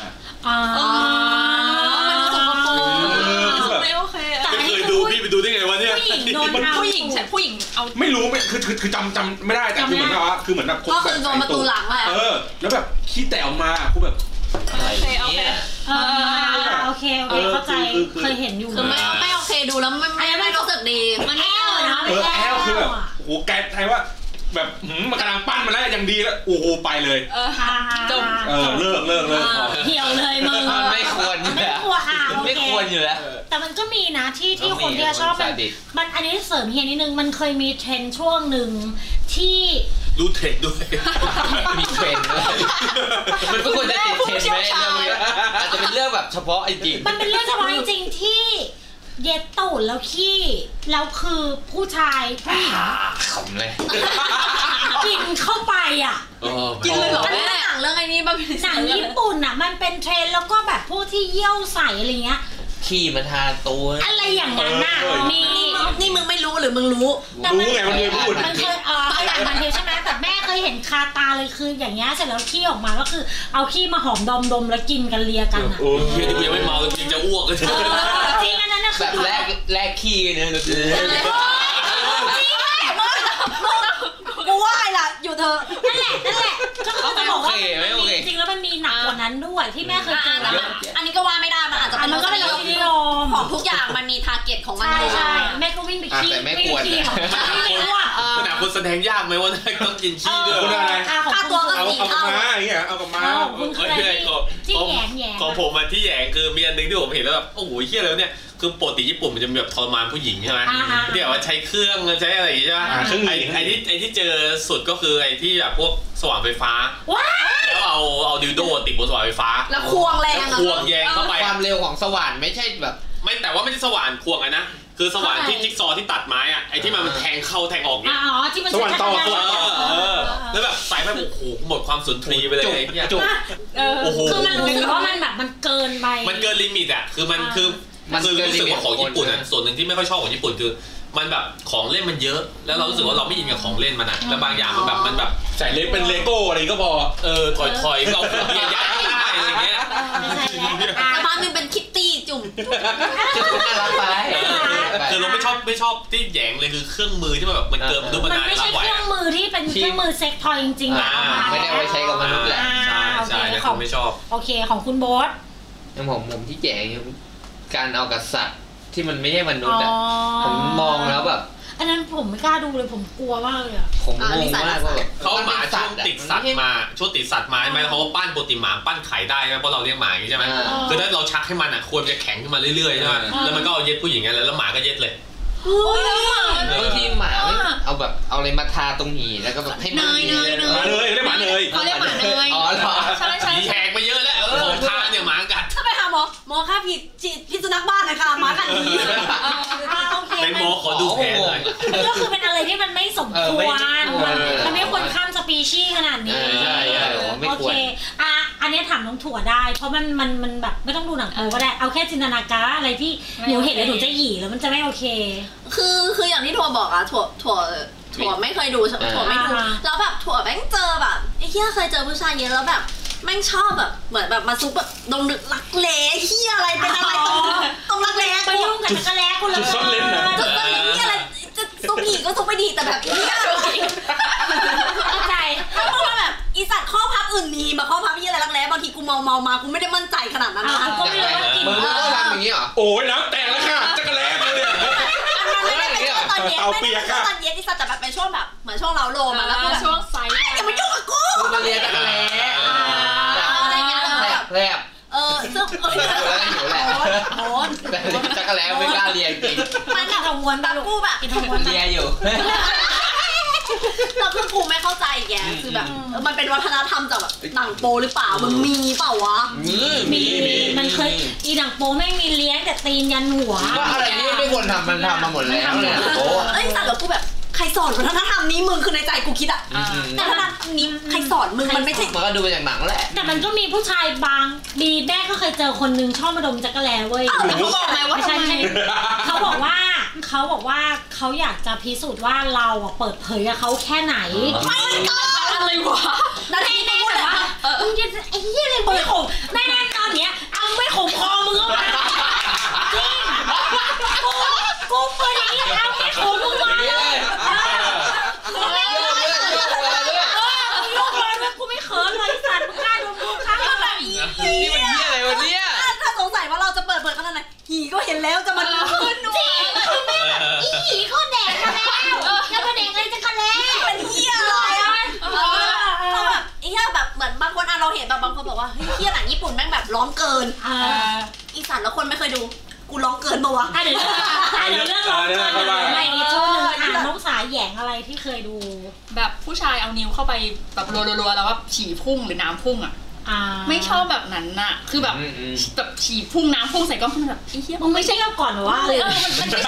มันสกปรกไม่โอเคไม่เคยดูพี่ไปดูได้ไงวะเนี่ยผู้หญิงเอาไม่รู้ไม่คือจำไม่ได้แต่คือเหมือนว่าคือเหมือนแบบก็คือโดนประตูหลังแหละแล้วแบบขี้แตกออกมากูแบบโอเคเข้าใจเคยเห็นอยู่คือไม่โอเคดูดูแล้วไม่รู้สึกดีมันแอลเนาะแอลคือแบบโอ้โหแกไทยว่าแบบมันกำลังปั้นมาแล้วยังดีแล้วโอ้โหไปเลยจบเลิกเหี่ยวเลยมึงไม่ควรอยู่แล้วไม่ควรอยู่แล้วแต่มันก็มีนะที่คนที่ชอบมันอันนี้เสริมเฮียนิดนึงมันเคยมีเทรนช่วงหนึ่งที่รู้เทรนด้วยมีเทรนด้วยมันก็ควรจะติดเทรนไหมอาจจะเป็นเรื่องแบบเฉพาะจริงมันเป็นเรื่องเฉพาะจริงที่เย็ดตูดแล้วขี้แล้วคือผู้ชายผู้หญิงขำเลยกินเข้าไปอ่ะกินเลยเหรอมันหนังเรื่องไอ้นี้มันหนังญี่ปุ่นอ่ะมันเป็นเทรนแล้วก็แบบพวกที่เยี่ยวใส่อะไรเงี้ยขี้มาทาตัวอะไรอย่างนั้นน่ะนี่มึงไม่รู้หรือมึงรู้ไงมันเคยพูดมันเคยอย่างมันเคยใช่ไหมแต่แม่เคยเห็นคาตาเลยคืออย่างเงี้ยเสร็จแล้วขี้ออกมาก็คือเอาขี้มาหอมดมแล้วกินกันเลียกันอ่ะโอ้ยยังไม่เมาจริงจะอ้วกเลยจริงอันนั้นนะแบบแรกขี้เนี่ยจริงกูว่าไงล่ะอยู่เธอนั่นแหละก็คือจะบอกว่าจริงแล้วมันมีหนักกว่านั้นด้วยที่แม่เคยเจออันนี้ก็ว่าไม่ได้มันอาจจะเป็นก็เป็นรสนิยมของทุกอย่างมันมีทาร์เก็ตของมันใช่แม่ก็วิ่งไปขี้ไม่ควรไม่รู้อ่ะขนาดคนแสดงยากไหมว่าต้องกินขี้ด้วยคุณอะไรค่าตัวก็ 4 เท่าอย่างเงี้ยเอากับม้าที่แหงของผมมาที่แหงคือมีอันนึงที่ผมเห็นแล้วแบบโอ้โหเฮี้ยแล้วเนี่ยคือปกติญี่ปุ่นมันจะมีแบบทรมานผู้หญิงใช่ไหมเดี๋ยวว่าใช้เครื่องใช้อะไรอย่างเงี้ยใช่ไหมไอ้ที่เจอสุดก็คือไอ้ที่แบบพวกสว่านไฟฟ้าแล้วเอาดิวโดติดบนสว่านไฟฟ้าแล้วควงแรงควงแยงเข้าไปความเร็วของสว่านไม่ใช่แบบไม่แต่ว่าไม่ใช่สว่านควงอะนะคือสว่านที่จิ๊กซอที่ตัดไม้อะไอ้ที่มันแทงเข้าแทงออกเนี่ยสว่านต่อแล้วแบบสายไฟโอ้โหหมดความสุนทรีไปเลยจุกโอ้โหคือมันรู้สึกว่ามันแบบมันเกินไปมันเกินลิมิตอะคือมันรู้สึกว่าของญี่ปุ่นอะส่วนหนึ่งที่ไม่ค่อยชอบของญี่ปุ่นคือมันแบบของเล่นมันเยอะแล้วเรารู้สึกว่าเราไม่อินกับของเล่นมันอะแล้วบางอย่างมันแบบใส่เล็กเป็นเลโก้อะไรก็พอถอยเรายัดได้อะไรเงี้ยแต่บางนึงเป็นคิตตี้จุ่มน่ารักไปคือเราไม่ชอบที่แหยงเลยคือเครื่องมือที่มันแบบมันเกินมนุษย์มันไม่ใช่เครื่องมือที่เป็นเครื่องมือเซ็กทอยจริงๆนะไม่ได้ไว้ใช้กับมนุษย์แหละใช่ผมไม่ชอบโอเคของคุณโบ๊ทอย่างผมที่แหยงการเอากับสัตว์ที่มันไม่ใช่มนุษย์อ่ะผมมองแล้วแบบอันนั้นผมไม่กล้าดูเลยผมกลัวมากเลยอ่ะผมงงมากว่าเขาหมาช่วงติดสัตว์มาช่วงติดสัตว์มาใช่ไหมเขาก็ปั้นโปรตีนหมาปั้นไข่ได้ไหมเพราะเราเลี้ยงหมาอย่างนี้ใช่ไหมคือถ้าเราชักให้มันอ่ะควรจะแข็งขึ้นมาเรื่อยๆใช่ไหมแล้วมันก็เอาเย็ดผู้หญิงไงแล้วหมาก็เย็ดเลยบางทีหมาเอาแบบเอาอะไรมาทาตรงหีแล้วก็แบบให้เนยเรียกหมาเนยเขาเรียกหมาเนยอ๋อเหรอใช่แหกไปเยอะแล้วของทาเนี่ยหมากัดถ้าไปหาหมอค่าผิดสุนัขบ้านนะคะหมากัดดีในหมอขอดูแผลหน่อยก็คือเป็นอะไรที่มันไม่สมควรมันไม่ควรข้ามสปีชีส์ขนาดนี้โอเคอันนี้ถามน้องถั่วได้เพราะมันแบบไม่ต้องดูหนังโป๊ก็ได้เอาแค่จินตนาการอะไรที่หนูเห็นแล้วหนูจะหยิ่แล้วมันจะไม่โอเคคืออย่างที่ถั่วบอกอะถั่วไม่เคยดูถั่วไม่ดูแล้วแบบถั่วแม่งเจอแบบไอ้เหี้ยเคยเจอผู้ชายเยอะแล้วแบบแม่งชอบแบบเหมือนแบบมาซุปแบบดมรักแร้เหี้ยอะไรเป็นอะไรตรงรักแร้ไปยุ่งกับรักแร้คุณเลยจุดซ่อนเล่นนะจุดซ่อนเล่นนี่อะไรจะซุปผีก็ซุปไปดีแต่แบบเหี้ยเข้าใจเพราะว่าแบบอีสัตว์ข้อพับอื่นมีมาข้อพับเหี้ยอะไรรักแร้บางทีกูเมามากูไม่ได้มั่นใจขนาดนั้นนะก็ไม่รู้ว่ากินมึงก็ทำอย่างนี้เหรอโอ้ยน้ำแตกแล้วค่ะจักรแร้เลยไม่ได้เป็นช่วงตอนเย็นไม่ได้เป็นช่วงตอนเย็นที่สัตว์แต่แบบเป็นช่วงแบบเหมือนช่วงเราโลมาแล้วก็แบบช่วงไซส์อย่ามายุ่งกับกูมาเรียนจักรแร้อะไรเงี้ยแรบซึ่งโอ้ยแต่จักรแร้ไม่กล้าเรียนจริงมันกินทองม้วนแบบกูแบบกินทองม้วนเรียนอยู่เราคือกูไม่เข้าใจแกคือแบบมันเป็นวัฒนธรรมจากแบบหนังโปหรือเปล่ามันมีเปล่าวะมีมันเคยอีหนังโปไม่มีเลี้ยงแต่ตีนยันหัวว่าอะไรนี่ไม่ควรทำมันทำมาหมดแล้วเนี่ยโอ้แต่แล้วกูแบบใครสอนวัฒนธรรมนี้มึงคือในใจกูคิดอะแต่วัฒนธรรมนี้ใครสอนมึงมันไม่ใช่มันก็ดูจากหนังแหละแต่มันก็มีผู้ชายบางแม่ก็เคยเจอคนนึงชอบมาดมจักรแล้เว้ยเขาบอกไหมว่าใช่เขาบอกว่าเขาอยากจะพิสูจน์ว่าเราเปิดเผยกับเขาแค่ไหนไม่ก็อะไรวะนั่นแน่แต่ว่ามึงจะไอ้เหี้ยอะไรไม่ขมแน่ตอนเนี้ยเอาไม่ขมคอมึงก็มากูเปิดอย่างนี้เอาไม่ขมมึงมาเลยกูไม่เขินเลยสัตว์มึงกล้าดมกูครั้งแบบนี่มันเหี้ยอะไรวะเนี่ยถ้าสงสัยว่าเราจะเปิดขนาดไหนหีก็เห็นแล้วจะมาขึ้นหนูคือแม่แบบอีหีก็แดกมาแล้วจะมาแดกอะไรจะกันแล้วเป็นเหี้ยอะไรอ่ะก็แบบไอ้เหี้ยแบบเหมือนบางคนเราเห็นแบบบางคนบอกว่าเฮ้ยเหี้ยหนังญี่ปุ่นแม่งแบบร้องเกินอีสานแล้วคนไม่เคยดูกูร้องเกินปะวะเดี๋ยวเรื่องร้องเกินไม่ช่วงนึงน้องสายแหยงอะไรที่เคยดูแบบผู้ชายเอานิ้วเข้าไปแบบรัวๆแล้วว่าฉี่พุ่งหรือน้ำพุ่งอ่ะไม่ชอบแบบนั้นน่ะคือแบบฉี่พุ่งน้ำพุ่งใส่กล้องคือแบบไอ้เหี้ยมึงไม่ใช่เล่าก่อนหรอวะมันไม่ใช่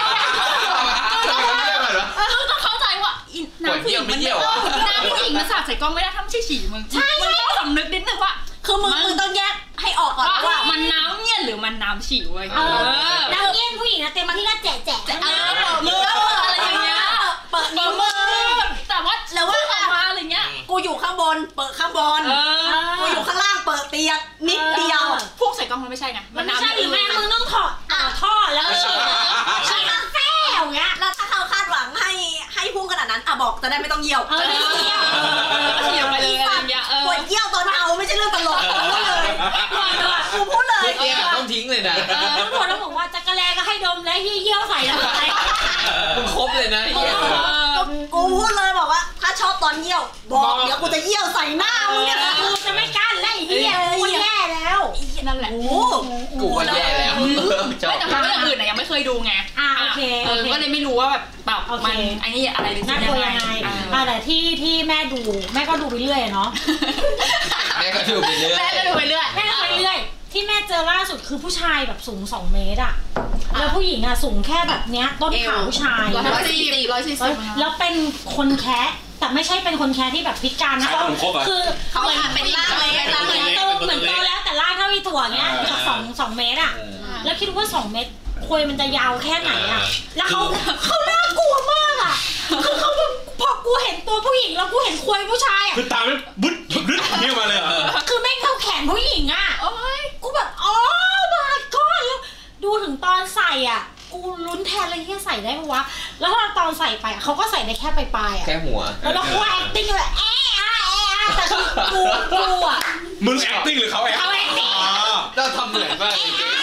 ต้องเข้าใจว่าน้ำผู้หญิงมันน้ำผู้หญิงมันสาดใส่กล้องไม่ได้ถ้าไม่ใช่ฉี่มึงมันต้องสำนึกนิดนึงว่าคือมึงต้องแยกให้ออกก่อนว่ามันน้ำเงี้ยนหรือมันน้ำฉี่เว้ยน้ำเงี้ยนผู้หญิงนะเต็มที่ก็แจกเปิดมืออะไรอย่างเงี้ยเปิดนิ้วมือแต่ว่าแล้วว่าออกมาอะไรเงี้ยกูอยู่ข้างบนเปิดข้างบนกูอยู่ข้างล่างเปิดเตียงนิดเดียวพุ่งใส่กล้องมันไม่ใช่ไงมันไม่ใช่หรือแม่มึงต้องถอดท่อแล้วฉี่มันแซ่วเงี้ยแล้วถ้าเขาคาดหวังให้พุ่งขนาดนั้นบอกจะได้ไม่ต้องเยี่ยวเยี่ยวไปเลยอะไรเงี้ยปวดเยี่ยวตอนเอาไม่ใช่เรื่องตลกกูพูดเลยเตียงต้องทิ้งเลยนะต้องบอกว่าจักรแลก็ให้ดมและเยี่ยวใส่อะไรมึงครบเลยนะกูพูดเลยบอกว่าถ้าชอบตอนเยี่ยวบอกเดี๋ยวกูจะเยี่ยวใส่หน้ามึงเนี่ยกูจะไม่กั้นแล้วไอ้เหี้ยกูแย่แล้วนั่นแหละกูก็แย่แล้วแต่คนอย่างอื่นยังไม่เคยดูไงโอเคก็เลยไม่รู้ว่าแบบมันไอ้นี่อะไรน่ากลัวยังไงแต่ที่แม่ดูแม่ก็ดูไปเรื่อยเนาะแม่ก็ดูไปเรื่อยที่แม่เจอล่าสุดคือผู้ชายแบบสูง2 เมตรอ่ะแล้วผู้หญิงอ่ะสูงแค่แบบเนี้ยต้นขาผู้ชาย 140 แล้วเป็นคนแคะแต่ไม่ใช่เป็นคนแคะที่แบบพิการนะคือเขาเป็นร่างเลยเหมือนโตแล้วแต่ร่างเท่าอีถั่วเนี้ยจาก2 เมตรอ่ะแล้วคิดว่า2 เมตรควยมันจะยาวแค่ไหนอ่ะแล้วเขาน่ากลัวมากอ่ะคือเขาพอกูเห็นตัวผู้หญิงแล้วกูเห็นควยผู้ชายอ่ะคือตาไม่บึ้ดเนี่ยมาเลยอ่ะคือแม่งเท่าแขนผู้หญิงอ่ะกูแบบอ๋อmy god แล้วดูถึงตอนใส่อ่ะกูลุ้นแทนเลยที่ใส่ได้ปะวะแล้วตอนใส่ไปเขาก็ใส่ได้แค่ปลายๆอ่ะแค่หัวแล้วกู acting เลยแต่คือกูอ่ะมึง acting หรือเขา acting เราทำเหมือนมาก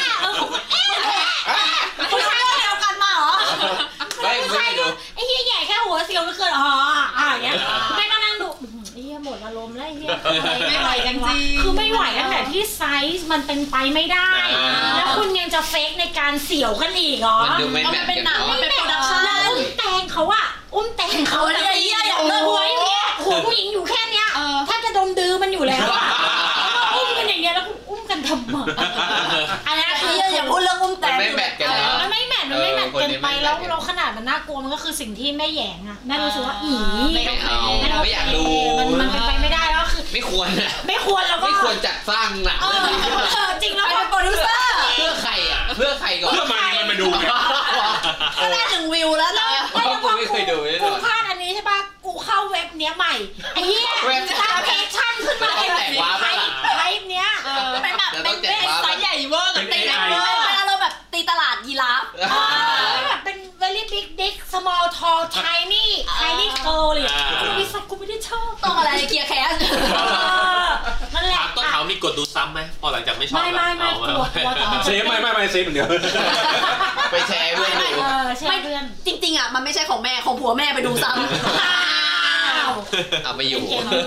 ผู้ชายเดียวกันมาเหรอไม่ดูไอ้เหี้ยใหญ่แค่หัวเสียวไม่เกินอย่างเงี้ยแม่ก็นั่งดูไอ้เหี้ยหมดอารมณ์แล้วไอ้เหี้ยไม่ไหวจริงคือไม่ไหวตั้งแต่ที่ไซส์มันเป็นไปไม่ได้แล้วคุณยังจะเฟกในการเสียวกันอีกเหรอมันเป็นหนังมันเป็นโปรดักชั่นแล้วอุ้มแตงเขาอะแต่ไอ้เหี้ยอย่างเลิกหัวไอ้เหี้ยหัวผู้หญิงอยู่แค่เนี้ยถ้าจะดมดื้อมันอยู่แล้วอุ้มกันอย่างเงี้ยแล้วอุ้มกันทำไมอันนี้คืออย่าพูดเรื่องอุ้มแตงไม่แมทกันมันไม่แมทเกินไปแล้วเราขนาดมันน่ากลัวมันก็คือสิ่งที่แม่แหยงอะแม่รู้สึกว่าไม่อยากดูมันเป็นไปไม่ได้แล้วคือไม่ควรแล้วก็ไม่ควรจัดสร้างหนังจริงแล้วเป็นโปรดิวเซอร์เพื่อใครก่อนเพื่อมันมาดูไงก็ได้ถึงวิวแล้วนะกูไม่เคยดูกูพลาดอันนี้ใช่ป่ะกูเข้าเว็บเนี้ยใหม่ไอ้เหี้ยตามเพจชั่นขึ้นมาเป็นไลฟ์เนี้ยเป็นแบบเป็นสายใหญ่เวอร์กับตีเราแบบตีตลาดยีราฟแบบเป็น very big dick small tall tiny girl เลยกูไม่ได้ชอบต้องอะไรเคลียร์แคสนั่นแหละต้นเขามีกดดูซ้ำไหมพอหลังจากไม่ชอบไม่เซฟไม่เซฟเหมือนเดิมไปแชร์เพื่อนดูไม่เพื่อนจริงๆอ่ะมันไม่ใช่ของแม่ของผัวแม่ไปดูซ้ำเอาไปอยู่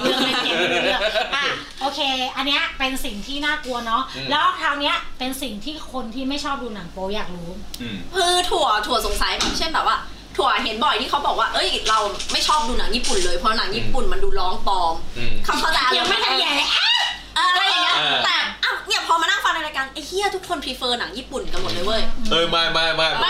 โอเคอันเนี้ยเป็นสิ่งที่น่ากลัวเนาะแล้วคราวเนี้ยเป็นสิ่งที่คนที่ไม่ชอบดูหนังโป๊อยากรู้คือถั่วสงสัยเช่นแบบว่าถั่วเห็นบ่อยที่เขาบอกว่าเอ้ยเราไม่ชอบดูหนังญี่ปุ่นเลยเพราะหนังญี่ปุ่นมันดูร้องปลอมเข้าใจยังไม่ทันใหญ่อะไรอย่างเงี้ยแต่เนี่ยพอมานั่งฟังในรายการไอ้เหี้ยทุกคน prefer หนังญี่ปุ่นกันหมดเลยเว้ยไม่แต่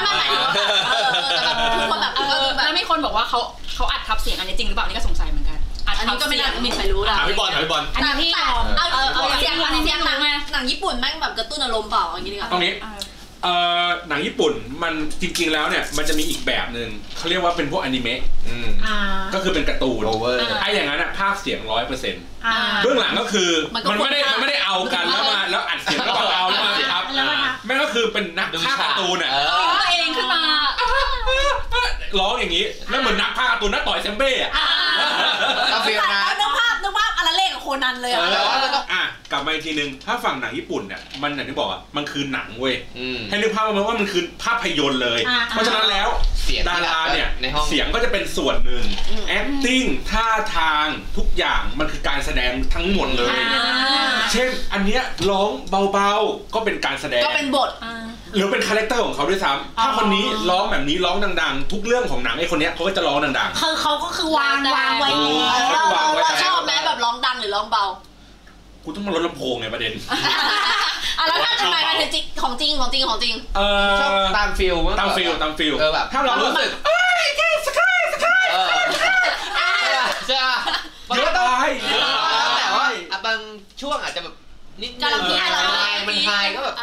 แบบทุกคนแบบแล้วมีคนบอกว่าเขาอัดทับเสียงอันนี้จริงหรือเปล่านี่ก็สงสัยเหมือนกันอันนี้ก็ไม่น่ามีใครรู้นะถามพี่บอลอันนี้พี่เสียงหนังญี่ปุ่นแม่งแบบกระตุ้นอารมณ์เปล่าอย่างงี้ดีกว่าตรงนี้หนังญี่ปุ่นมันจริงๆแล้วเนี่ยมันจะมีอีกแบบนึงเขาเรียกว่าเป็นพวกอนิเมะก็คือเป็นการ์ตูนไอ้อย่างนั้นภาคเสียง 100%เบื้องหลังก็คือมันไม่ได้เอากันแล้วอัดเสียงแล้วเอาแล้วมาครับแม่ก็คือเป็นนักภาคการ์ตูนเองขึ้นมาร้องอย่างนี้แล้วเหมือนนักภาคการ์ตูนนักต่อยเซมเบ้นึกภาพอะไรเล่กับคนันเลยอะแล้วก็กลับมาอีกทีนึงถ้าฝั่งหนังญี่ปุ่นเนี่ยมันอย่างที่บอกอ่ะมันคือหนังเว้ยให้นึกภาพว่ามันคือภาพยนตร์เลยเพราะฉะนั้นแล้วดาราเนี่ยเสียงก็จะเป็นส่วนหนึ่ง acting ท่าทางทุกอย่างมันคือการแสดงทั้งหมดเลยเช่นอันเนี้ยร้องเบาๆก็เป็นการแสดงก็เป็นบทหรือเป็นคาแรคเตอร์ของเขาด้วยซ้ำถ้าคนนี้ร้องแบบนี้ร้องดังๆทุกเรื่องของหนังไอ้คนเนี้ยเขาก็จะร้องดังๆเขาก็คือวางไว้เราชอบไหมแบบร้องดังหรือร้องเบากูต้องมาลดลำโพงไงประเด็นแล้วถ้าทำไมมันถึงของจริงชอบตามฟิลแบบถ้าเรารู้สึกแค่สกายใช่เยอะได้แต่ว่าบางช่วงอาจจะแบบนิดนึงมันไฮก็แบบ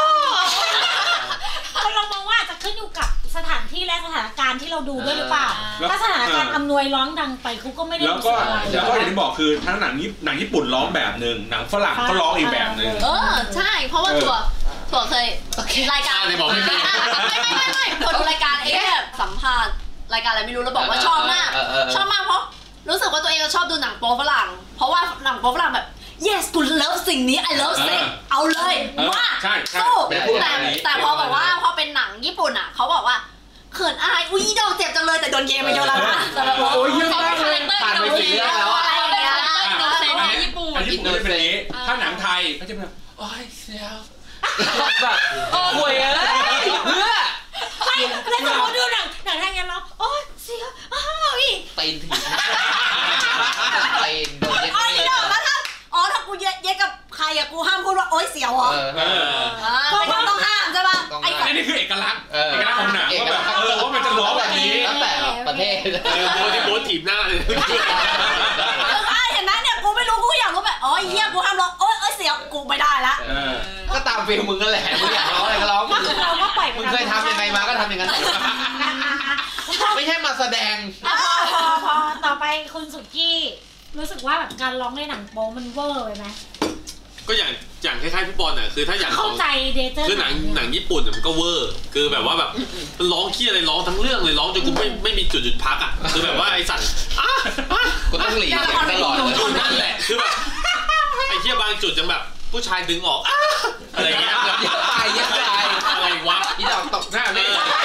เรามองว่าจะขึ้นอยู่กับสถานที่และสถานการณ์ที่เราดูด้วยหรือเปล่าถ้าสถานการณ์อำนวยร้องดังไปคุกก็ไม่ได้รู้สึกอะไรแล้วก็อย่างที่บอกคือทั้งหนังญี่ปุ่นร้องแบบนึงหนังฝรั่งก็ร้องอีกแบบนึงใช่เพราะว่าตัวเคยรายการไม่ถั่วดูรายการสัมภาษณ์รายการอะไรไม่รู้แล้วบอกว่าชอบมากเพราะรู้สึกว่าตัวเองชอบดูหนังโป๊ฝรั่งเพราะว่าหนังโป๊ฝรั่งแบบyes กูเลิฟสิ่งนี้ I love it เอาเลยว่าสู้แต่พอบอกว่าพอเป็นหนังญี่ปุ่นอ่ะเขาบอกว่าเขินอายอุ้ยดอกเจ็บจังเลยแต่โดนเกมมาเยอะแล้วนะแต่แบบโอ้ยเยอะมากเลยผ่านไป4 เรื่องแล้วอะไรอย่างเงี้ยญี่ปุ่นก็จะเป็นนี้ถ้าหนังไทยก็จะเป็นโอ้ยเสียวแบบโอ้ยเพื่อไม่แล้วสมมติดูหนังไทยกันแล้วโอ้ยเสียวอีกตีนถีบตีนโดนเย็ดถ้ากูเย็ดกับใครอะกูห้ามพูดว่าโอ๊ยเสียวเหรอต้องห้ามใช่ป่ะไอ้นี่คือเอกลักษณ์ของหนังว่ามันจะร้องแบบนี้แล้วแต่ประเทศโบถีบหน้าเลยเห็นไหมเนี่ยกูไม่รู้กูอยากรู้แบบอ๋อเหี้ยกูห้ามร้องโอ๊ยเสียวกูไม่ได้ละก็ตามฟิลมึงนั่นแหละมึงอยากร้องอะไรก็ร้องมึงเคยทำยังไงมาก็ทำอย่างนั้นไม่ใช่มาแสดงพอต่อไปคุณสุกี้รู้สึกว่าแบบการร้องในหนังโป๊มันเวอร์ไปไหมก็อย่างคล้ายๆพี่บอลน่ะคือถ้าอย่างเข้าใจเดเจอร์คือหนังญี่ปุ่นมันก็เวอร์คือแบบว่าแบบร้องขี้อะไรร้องทั้งเรื่องเลยร้องจนกูไม่มีจุดพักอ่ะคือแบบว่าไอ้สั่นกูต้องหลีกเสียงตลอดนั่นแหละคือแบบไอ้เหี้ยบางจุดจังแบบผู้ชายดึงออกอะไรเงี้ยยัดตายอะไรวะอีดอกตกหน้าเลย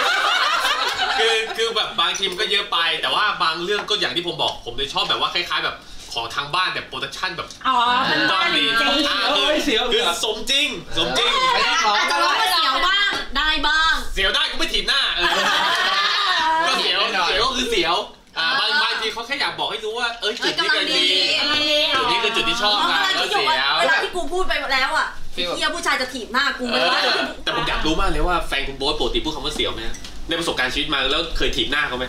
คือแบบบางทีมันก็เยอะไปแต่ว่าบางเรื่องก็อย่างที่ผมบอกผมเลยชอบแบบว่าคล้ายๆแบบของทางบ้านแบบโปรดักชั่นแบบเป็นบ้านจริงคือสมจริงไม่ได้ขอจะร้องเสียวบ้างได้บ้างเสียวได้ก็ไม่ถีบหน้าก็เสียวก็คือเสียวบางทีเขาแค่อยากบอกให้รู้ว่าจุดนี้ก็ดีจุดนี้คือจุดที่ชอบนะแล้วเสียวเวลาที่กูพูดไปแล้วอ่ะเฮียผู้ชายจะถีบหน้ากูไม่ได้แต่ผมอยากรู้มากเลยว่าแฟนคุณโบ๊ทปกติพูดคำว่าเสียวไหมในประสบการณ์ชีวิตมาแล้วเคยถีบหน้าเขาไหม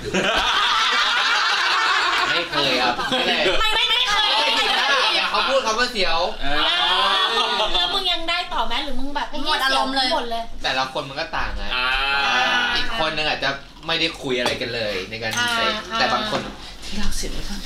ไม่เคยครับไม่เคยเขาพูดคำว่าเสียวแล้วมึงยังได้ต่อไหมหรือมึงแบบหมดอารมณ์เลยแต่ละคนมันก็ต่างไงอีกคนนึงอาจจะไม่ได้คุยอะไรกันเลยในการเซ็กแต่บางคนที่รักเสียงนะคะ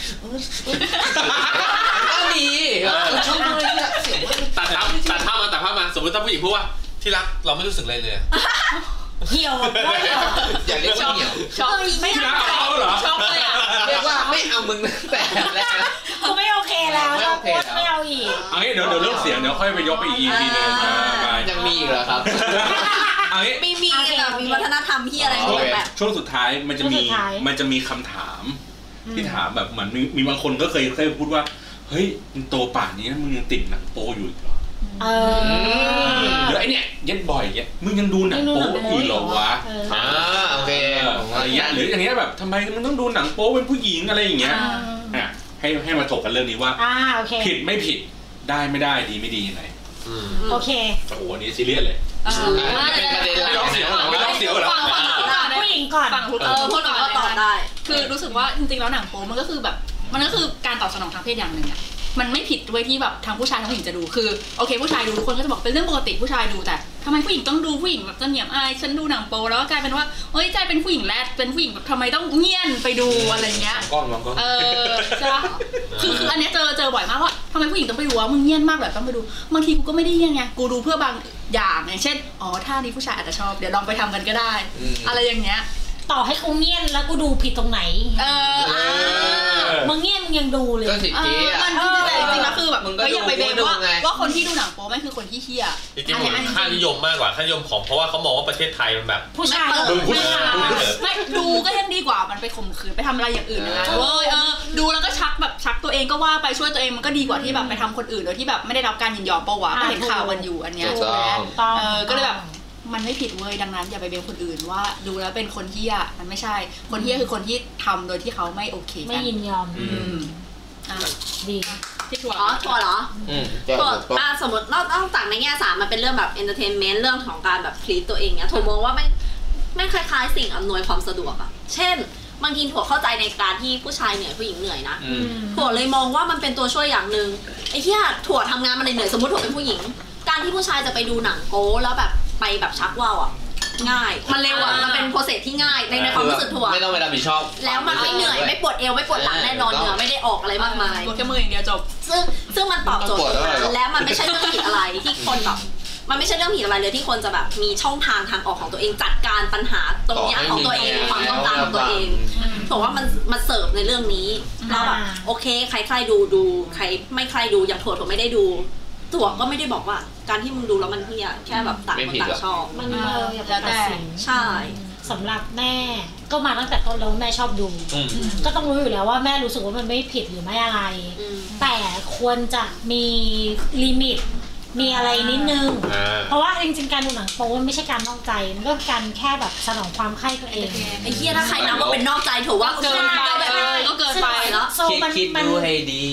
ก็มีชอบเลยที่รักเสียงตัดภาพมาสมมติถ้าผู้หญิงพูดว่าที่รักเราไม่รู้สึกอะไรเลยเหี่ยวอย่าเรียกว่าเหี่ยวชอบไม่เอาเหรอชอบเลยอ่ะเรียกว่าไม่เอามึงแต่แรกกูไม่โอเคแล้วไม่เอาอีกเอางี้เดี๋ยวเรื่องเสียงเดี๋ยวค่อยไปยกไปอีกทีนึงยังมีอีกเหรอครับมีวัฒนธรรมที่อะไรแบบช่วงสุดท้ายมันจะมีคำถามที่ถามแบบเหมือนมีบางคนก็เคยพูดว่าเฮ้ยมึงโตป่านนี้มึงยังติดหนังโป๊อยู่อีกเหรอหรือไอเนี่ยเย็ดบ่อยเงี้ยมึงยังดูหนังโป๊อีกเหรอวะโอเคอะไรเงี้ยหรืออย่างเงี้ยแบบทำไมมึงต้องดูหนังโป๊เป็นผู้หญิงอะไรอย่างเงี้ยให้มาถกกันเรื่องนี้ว่าผิดไม่ผิดได้ไม่ได้ดีไม่ดียังไงโอเคโอ้โหนี่ซีเรียสเลยเป็นประเด็นไม่ต้องเสียวหรอผู้หญิงก่อนพวกเราก็ตอบได้คือรู้สึกว่าจริงๆแล้วหนังโป๊มันก็คือแบบมันก็คือการตอบสนองทางเพศอย่างหนึ่งอะมันไม่ผิดด้วยที่แบบทั้งผู้ชายทั้งผู้หญิงจะดูคือโอเคผู้ชายดูทุกคนก็จะบอกเป็นเรื่องปกติผู้ชายดูแต่ทำไมผู้หญิงต้องดูผู้หญิงแบบจะเหนียมอายฉันดูหนังโป๊แล้วก็กลายเป็นว่าเฮ้ยใจเป็นผู้หญิงแรดเป็นผู้หญิงแบบทำไมต้องเงียนไปดูอะไรเงี้ยกล้องใช่ปะคืออันนี้เจอบ่อยมากว่าทำไมผู้หญิงต้องไปดูว่ามึงเงียนมากแบบต้องไปดูบางทีกูก็ไม่ได้เงียนไงกูดูเพื่อบางอย่างอย่างเช่นท่านี้ผู้ชายอาจจะชอบเดี๋ยวลองไปทำกันก็ได้อะไรอย่างเงี้ยต่อให้กูเงียนแล้วกูดูผิดตรงไหนมึงเงียนมึงยังดูเลยก็สิจีมันแต่จริงๆแล้วคือแบบก็อย่าไปเบนว่าคนที่ดูหนังโป๊ไม่คือคนที่เหี้ยจริงๆค่านิยมมากกว่าค่านิยมของเพราะว่าเขามองว่าประเทศไทยมันแบบผู้ชายไม่ดูก็ยังดีกว่ามันไปข่มขืนไปทำอะไรอย่างอื่นนะดูแล้วก็ชักตัวเองก็ว่าไปช่วยตัวเองมันก็ดีกว่าที่แบบไปทำคนอื่นโดยที่แบบไม่ได้รับการยินยอมเปล่าวะก็เห็นข่าวกันอยู่อันเนี้ยก็เลยแบบมันไม่ผิดเว้ยดังนั้นอย่าไปเบนคนอื่นว่าดูแล้วเป็นคนเหี้ยมันไม่ใช่คนเหี้ยคือคนที่ทำโดยที่เขาไม่โอเคไม่ยินยอมดีที่ถั่วถั่วเหรอถั่วสมมตินอกจากในแง่3มันเป็นเรื่องแบบเอนเตอร์เทนเมนต์เรื่องของการแบบคลีนตัวเองเนี้ยถั่วมองว่าไม่คล้ายๆสิ่งอำนวยความสะดวกอะเช่นบางทีถั่วเข้าใจในการที่ผู้ชายเหนื่อยผู้หญิงเหนื่อยนะถั่วเลยมองว่ามันเป็นตัวช่วยอย่างนึงไอ้เหี้ยถั่วทำงานมันเหนื่อยสมมติถั่วเป็นผู้หญิงการที่ผู้ชายจะไปดูหนังโป๊แล้วแบบไปแบบชักว่าวอ่ะง่ายมันเร็วอ่ะมันเป็นโปรเซสที่ง่ายในความรู้สึกถั่วไม่ต้องไปรับผิดชอบแล้วมันไม่เหนื่อยไม่ปวดเอวไม่ปวดหลังแน่นอนเหนื่อยไม่ได้ออกอะไรมากมายปวดแค่มืออย่างเดียวจบซึ่งมันตอบโจทย์และมันไม่ใช่เรื่องผิดอะไรที่คนแบบมันไม่ใช่เรื่องผิดอะไรเลยที่คนจะแบบมีช่องทางออกของตัวเองจัดการปัญหาตรงนี้ของตัวเองความต้องการของตัวเองเพราะว่ามันเสิร์ฟในเรื่องนี้เราแบบโอเคใครใครดูใครไม่ใครดูอย่างถั่วไม่ได้ดูถั่วก็ไม่ได้บอกว่าการที่มึงดูแล้วมันเหี้ยแค่แบบต่างคนต่างชอบมันอย่าไปตัดสินใช่สำหรับแม่ก็มาตั้งแต่ต้นแล้วแม่ชอบดูก็ต้องรู้อยู่แล้วว่าแม่รู้สึกว่ามันไม่ผิดหรือไม่อะไรแต่ควรจะมีลิมิตมีอะไรนิดนึงเพราะว่าจริงๆการดูหนังโป๊มันไม่ใช่การนอกใจมันก็การแค่แบบสนองความใคร่ตัวเองไอ้เหี้ยถ้าใครนับว่าเป็นนอกใจถือว่าเกินไปก็เกินไปแล้วคิดดูให้ดี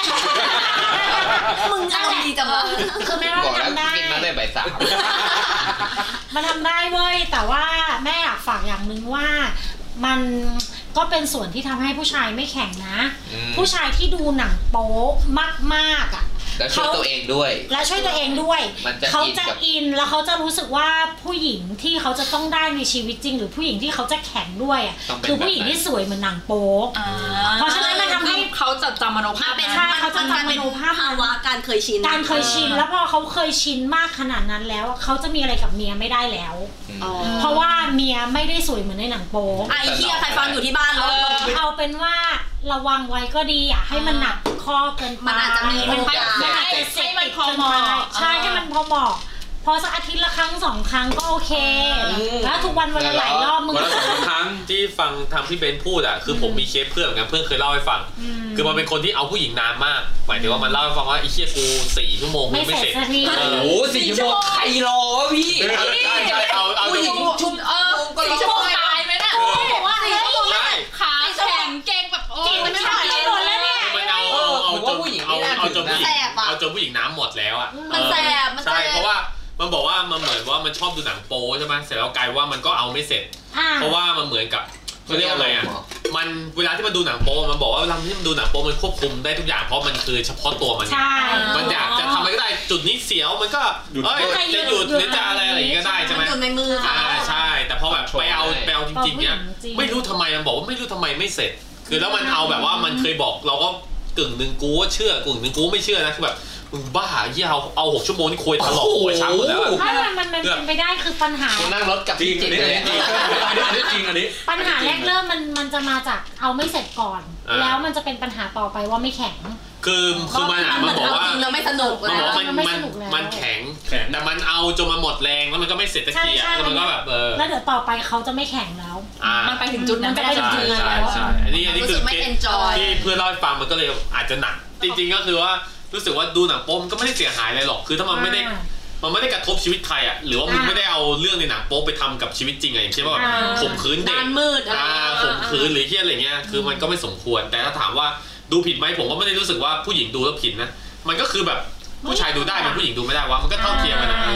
มึงอะไรดีจังวะคือแม่ว่าทำได้กินมาได้ใบ3 มันทำได้เว้ยแต่ว่าแม่อยากฝากอย่างนึงว่ามันก็เป็นส่วนที่ทำให้ผู้ชายไม่แข็งนะผู้ชายที่ดูหนังโป๊มากๆอ่ะแล้วช่วยตัวเองด้วยแล้วช่วยตัวเองด้วยเขาจะอินแล้วเขาจะรู้สึกว่าผู้หญิงที่เขาจะต้องได้ในชีวิตจริงหรือผู้หญิงที่เขาจะแข็งด้วยอ่ะคือผู้หญิงที่สวยเหมือนหนังโป๊เพราะฉะนั้นมันทำให้เขาจะจำมโนภาพใช่เขาจะจำมโนภาพภาวะการเคยชินแล้วพอเขาเคยชินมากขนาดนั้นแล้วเขาจะมีอะไรกับเมียไม่ได้แล้วเพราะว่าเมียไม่ได้สวยเหมือนในหนังโป๊ไอ้เหี้ยใครฟังอยู่ที่บ้านเอาเป็นว่าระวังไว้ก็ดีอ่ะให้มันหนักคอเกินไปมันอาจจะมีมันอาจจะเสพติดเกินไปใช่ให้มันพอเหมาะพอสักอาทิตย์ละครั้ง2 ครั้งก็โอเคแล้วทุกวันละหลายรอบมึงวันละ2 ครั้งที่ฟังทำที่เบนพูดอ่ะคือผมมีเคสเพื่อนเหมือนกันเพื่อนเคยเล่าให้ฟังคือมันเป็นคนที่เอาผู้หญิงนานมากหมายถึงว่ามันเล่าให้ฟังว่าไอ้เชี่ยกู4 ชั่วโมงไม่เสร็จโอ้4 ชั่วโมงใครรอวะพี่เอาผู้หญิงชุบ 4 ชั่วโมงตายไหมน่ะขาแข็งเก่งแบบโอ้ยไม่ได้เลยแล้วเนี่ยเอาจนผู้หญิงน้ำหมดแล้วอ่ะมันแสบใช่เพราะว่ามันบอกว่ามันเหมือนว่ามันชอบดูหนังโป๊ใช่ไหมเสร็จแล้วกลายว่ามันก็เอาไม่เสร็จเพราะว่ามันเหมือนกับเขาเรียกอะไรอ่ะมันเวลาที่มันดูหนังโป๊มันบอกว่าเวลาที่มันดูหนังโป๊มันควบคุมได้ทุกอย่างเพราะมันคือเฉพาะตัวมันมันอยากจะทำอะไรก็ได้จุดนี้เสียวมันก็จะหยุดหรือจะอะไรอย่างงี้ก็ได้ใช่ไหมในมือใช่แต่พอแบบไปเอาจริงๆเนี้ยไม่รู้ทำไมมันบอกว่าไม่รู้ทำไมไม่เสร็จคือแล้วมันเอาแบบว่ามันเคยบอกเราก็กึ่งนึงกูว่าเชื่อกึ่งนึงกูไม่เชื่อนะคือแบบมึงบ้าเยี่ยเอา6 ชั่วโมงนี่คุยถลอกคุยช้ำหมดแล้วถ้ามันเป็นไปได้คือปัญหานั่งรถกับจริงอันนี้จริงปัญหาแรกเริ่มมันจะมาจากเอาไม่เสร็จก่อนแล้วมันจะเป็นปัญหาต่อไปว่าไม่แข็งคือมันบอกว่าเราไม่สนุกมันบอกมันแข็งแต่มันเอาจนมันหมดแรงแล้วมันก็ไม่เสร็จสักทีแล้วมันก็แบบแล้วเดี๋ยวต่อไปเขาจะไม่แข็งแล้วมันไปถึงจุดนั้นไม่ได้จริงๆแล้วอันนี้คือที่เพื่อนเล่าให้ฟังมันก็เลยอาจจะหนักจริงๆก็คือว่ารู้สึกว่าดูหนังโป๊มันก็ไม่ได้เสียหายอะไรหรอกคือถ้ามันไม่ได้กระทบชีวิตใครอ่ะหรือว่ามึงไม่ได้เอาเรื่องในหนังโป๊ไปทำกับชีวิตจริงอย่างเช่นว่าข่มขืนเด็กข่มขืนหรือเหี้ยอะไรเงี้ยคือมันก็ไม่สมควรแต่ถ้าถามว่าดูผิดไหมผมก็ไม่ได้รู้สึกว่าผู้หญิงดูแล้วผิดนะมันก็คือแบบผู้ชายดูได้มันผู้หญิงดูไม่ได้วะมันก็เท่าเทียมกันนะ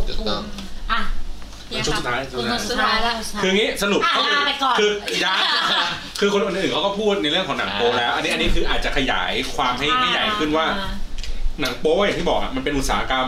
ช่วงสุดท้ายแล้วคืองี้สรุปคือคนอื่นเขาก็พูดในเรื่องของหนังโป๊แล้วอันนี้คืออาจจะขยายความให้ใหญ่ขึ้นว่าหนังโป๊อย่างที่บอกมันเป็นอุตสาหกรรม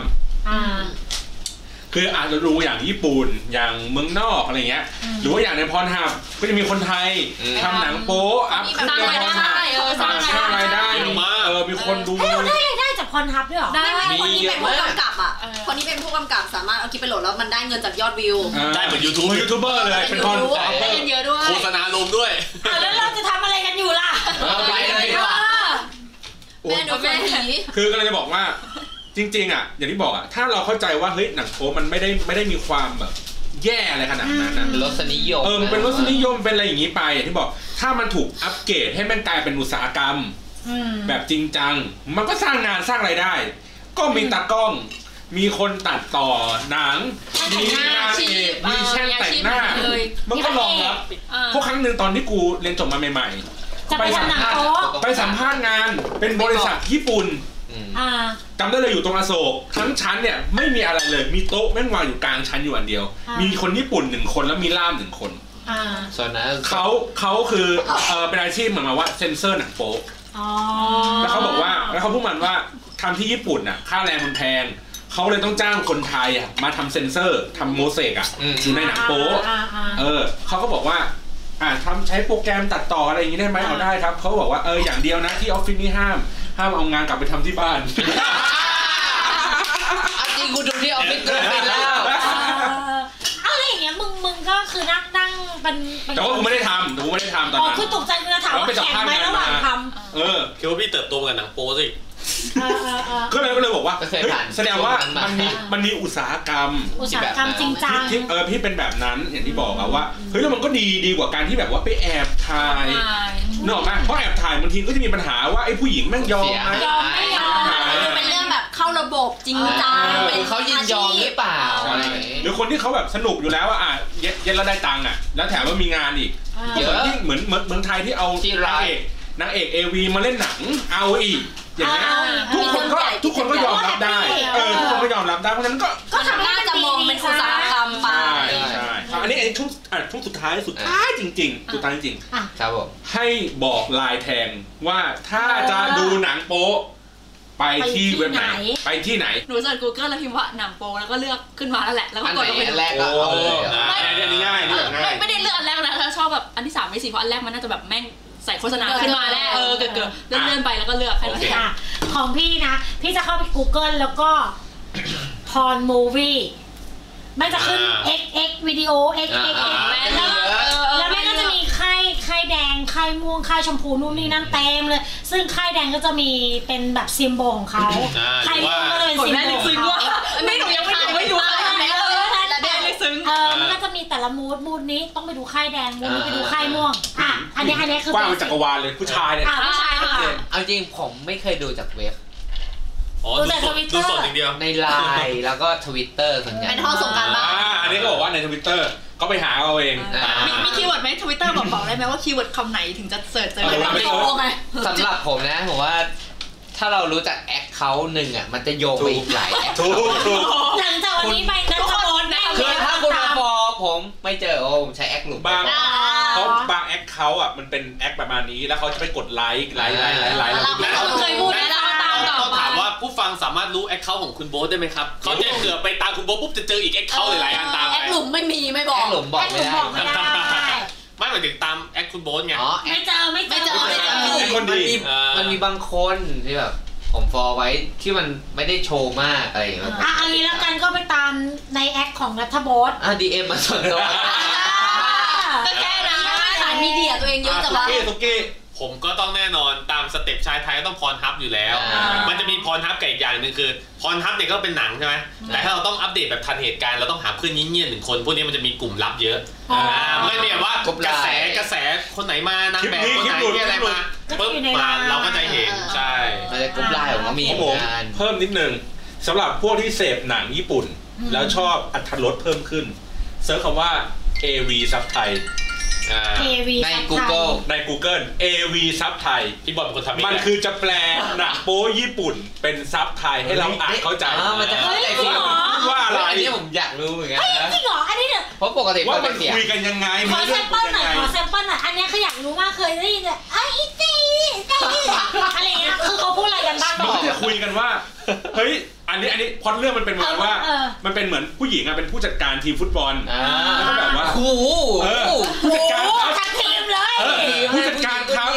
คืออาจจะรู้อย่างญี่ปุ่นอย่างเมืองนอกอะไรเงี้ยหรือว่าอย่างในพรหับก็จะมีคนไทยทำหนังโป๊อัพขึ้นในพรหับสร้างรายได้มีคนดูได้จากพพรทับด้วยหรอไม่คนที่เป็นผู้กำกับอ่ะคนที่เป็นผู้กำกับสามารถเอาคลิปไปโหลดแล้วมันได้เงินจากยอดวิวได้เหมือนยูทูบเบอร์เลยเป็นคนได้เงินเยอะด้วยโฆษณาลงด้วยแล้วเราจะทำอะไรกันอยู่ล่ะไปเลยดีกว่าแม่ดูแม่ผีคือกำลังจะบอกว่าจริงๆอ่ะอย่างที่บอกอ่ะถ้าเราเข้าใจว่าเฮ้ยหนังโป๊มันไม่ได้มีความแบบแย่อะไรขนาดนั้นนะรสนิยมมันเป็นรสนิยมเป็นอะไรอย่างนี้ไปอย่างที่บอกถ้ามันถูกอัปเกรดให้มันกลายเป็นอุตสาหกรรมแบบจริงจังมันก็สร้างงานสร้างรายได้ก็มีตากล้องมีคนตัดต่อหนังมีนางเอกมีช่างแต่งหน้ามันก็รองรับเพราะครั้งหนึ่งตอนที่กูเรียนจบมาใหม่ๆไปสัมภาษณ์งานเป็นบริษัทญี่ปุ่นจำได้เลยอยู่ตรงอโศกทั้งชั้นเนี่ยไม่มีอะไรเลยมีโต๊ะแม่งวางอยู่กลางชั้นอยู่อันเดียวมีคนญี่ปุ่น1คนแล้วมีล่าม1คนส่วนนั้นเขาคือเป็นอาชีพเหมือนว่าเซ็นเซอร์หนังโป๊แล้วเขาบอกว่าแล้วเขาพูดมันว่าทำที่ญี่ปุ่นน่ะค่าแรงมันแพงเขาเลยต้องจ้างคนไทยอ่ะมาทำเซ็นเซอร์ทำโมเสกอ่ะอยู่ในหนังโป๊เขาก็บอกว่าทำใช้โปรแกรมตัดต่ออะไรอย่างนี้ได้ไหมเอาได้ครับเขาบอกว่าอย่างเดียวนะที่ออฟฟิศนี่ห้ามเอางานกลับไปทำที่บ้านจริงกูดูที่ออฟฟิศกูเป็นแล้วอะไรอย่างเงี้ยมึงก็คือนั่งเป็นแต่ว่ากูไม่ได้ทำตอนนั้นคือตกใจกูจะถามว่าแข่งไหมระหว่างทำคิดว่าพี่เติบโตกับหนังโป๊สิก็เลยบอกว่าแสดงว่ามันมีอุตสาหกรรมจริงจังที่พี่เป็นแบบนั้นอย่างที่บอกอะว่าเฮ้ยแล้วมันก็ดีกว่าการที่แบบว่าไปแอบถ่ายนึกออกไหมเพราะแอบถ่ายบางทีก็จะมีปัญหาว่าไอ้ผู้หญิงแม่งยอมไม่ยอมเป็นเรื่องแบบเข้าระบบจริงจังเป็นเขายินยอมหรือเปล่าหรือคนที่เขาแบบสนุกอยู่แล้วว่าเย็นแล้วได้ตังค์อะแล้วแถมว่ามีงานอีกเยอะที่เหมือนเมืองไทยที่เอานางเอก AV มาเล่นหนังเอาอีกอย่างเงี้ยทุกคนก็ยอมรับได้ทุกคนก็ยอมรับได้เพราะฉะนั้นก็ทำให้จะมองเป็นอุตสาหกรรมไปใช่อันนี้ช่วงสุดท้ายจริงครับผมให้บอกลายแทงว่าถ้าจะดูหนังโป๊ไปที่เว็บไหนไปที่ไหนหนูเสิร์ช Google แล้วพิมพ์ว่าหนังโป๊แล้วก็เลือกขึ้นมาแล้วแหละแล้วก็กดลงไปแรกก็เอาเลยง่ายไม่ได้เลือกอันแรกนะถ้าชอบแบบอันที่3ไม่4เพราะอันแรกมันน่าจะแบบแม่งใส่โฆษณาขึ้นมาแล้วเกิดเลื่อนไปแล้วก็เลือกให้เราของพี่นะพี่จะเข้าไป Google แล้วก็พรมูวี่มันจะขึ้น XX วิดีโอ XX แล้วแม่ก็จะมีไข่แดงไข่ม่วงไข่ชมพูนู่นนี่นั่นเต็มเลยซึ่งไข่แดงก็จะมีเป็นแบบซิมโบลของเขาไข่ม่วงก็จะเป็นซิมโบลของเขาไม่ถูกยังไม่ดูมันก็จะมีแต่ละมูดนี้ต้องไปดูไข่แดงมูดนี้ไปดูไข่ม่วงอันนี้คือกว้างจักรวาลเลยผู้ชายเนี่ยผู้ชายเอาจริงผมไม่เคยดูจากเว็บดูสดอย่างเดียวในไลน์แล้วก็ Twitter ส่วนใหญ่เป็นห้องส่งการบ้านอันนี้ก็บอกว่าใน Twitter ก็ไปหาเอาเองมีคีย์เวิร์ดไหม Twitter บอกได้ไหมว่าคีย์เวิร์ดคำไหนถึงจะเสิร์ชเจอสำหรับผมนะผมว่าถ้าเรารู้จักแอคเคาท์หนึ่งอ่ะมันจะโยงไปอีกหลายแอคถูกหลังจากวันนี้ไปนัทบอลได้คือถ้าคุณมาบอกผมไม่เจอผมใช้แอคหลุมบ้างเพราะบางแอคเขาอ่ะมันเป็นแอคประมาณนี้แล้วเขาจะไปกดไลค์เราเคยพูดแล้วตามต้องถามว่าผู้ฟังสามารถรู้แอคเคาท์ของคุณโบ๊ทได้ไหมครับเขาจะเกือบไปตามคุณโบ๊ทปุ๊บจะเจออีกแอคเคาท์หลายๆอันตามแอคหลุมไม่มีไม่บอกแอคหลุมบอกไม่ได้ไม่หมายถึงตามแอคคุณโบ๊ทไงไม่เจอคนดีมันมีบางคนที่แบบผมฟอลไว้ที่มันไม่ได้โชว์มากอะไรอย่างเงี้ยอันนี้แล้วกันก็ไปตามในแอคของรัฐบด DM มาส่วนตัวก็แค่นั้นสายมีเดียตัวเองเยอะจังเลยตุ๊กกี้ผมก็ต้องแน่นอนตามสเต็ปชายไทยก็ต้องพรฮับอยู่แล้วมันจะมีพรฮับกับอีกอย่างนึงคือพรฮับเนี่ยก็เป็นหนังใช่ไหมแต่ถ้าเราต้องอัปเดตแบบทันเหตุการณ์เราต้องหาเพื่อนเงี้ยๆ1 คนพวกนี้มันจะมีกลุ่มลับเยอะไม่เนี่ยว่ากระแสคนไหนมานางแบบคนไหนที่อะไรมาปุ๊บมาเราก็จะเห็นใช่กลุ่มไลน์ของมีเพิ่มนิดนึงสำหรับพวกที่เสพหนังญี่ปุ่นแล้วชอบอรรถรสเพิ่มขึ้นเซิร์ชคำว่า AV ซับไทยใน Google AV ซับไทยที่บอลเป็นคนทำมันคือจะแปลหนังโป๊ญี่ปุ่นเป็นซับไทยให้เราอ่านเข้าใจมันจะเข้าใจจริงว่าอะไรอันนี้ผมอยากรู้เหมือนกันนะจริงเหรออันนี้เนี่ยเพราะปกติว่ามันคุยกันยังไงขอแซมเปิลหน่อยอันนี้คืออยากรู้มากเคยได้ยินเนี่ยไอ้จีอะไรเงี้ยคือเขาพูดอะไรกันบ้างมันก็จะคุยกันว่าเฮ้ยอันนี้พอเรื่องมันเป็นเหมือนว่ามันเป็นเหมือนผู้หญิงเป็นผู้จัดการทีมฟุตบอลแล้วก็แบบว่าโอ้โหผู้จัดการทั้งทีมเลยผู้จัดการเขา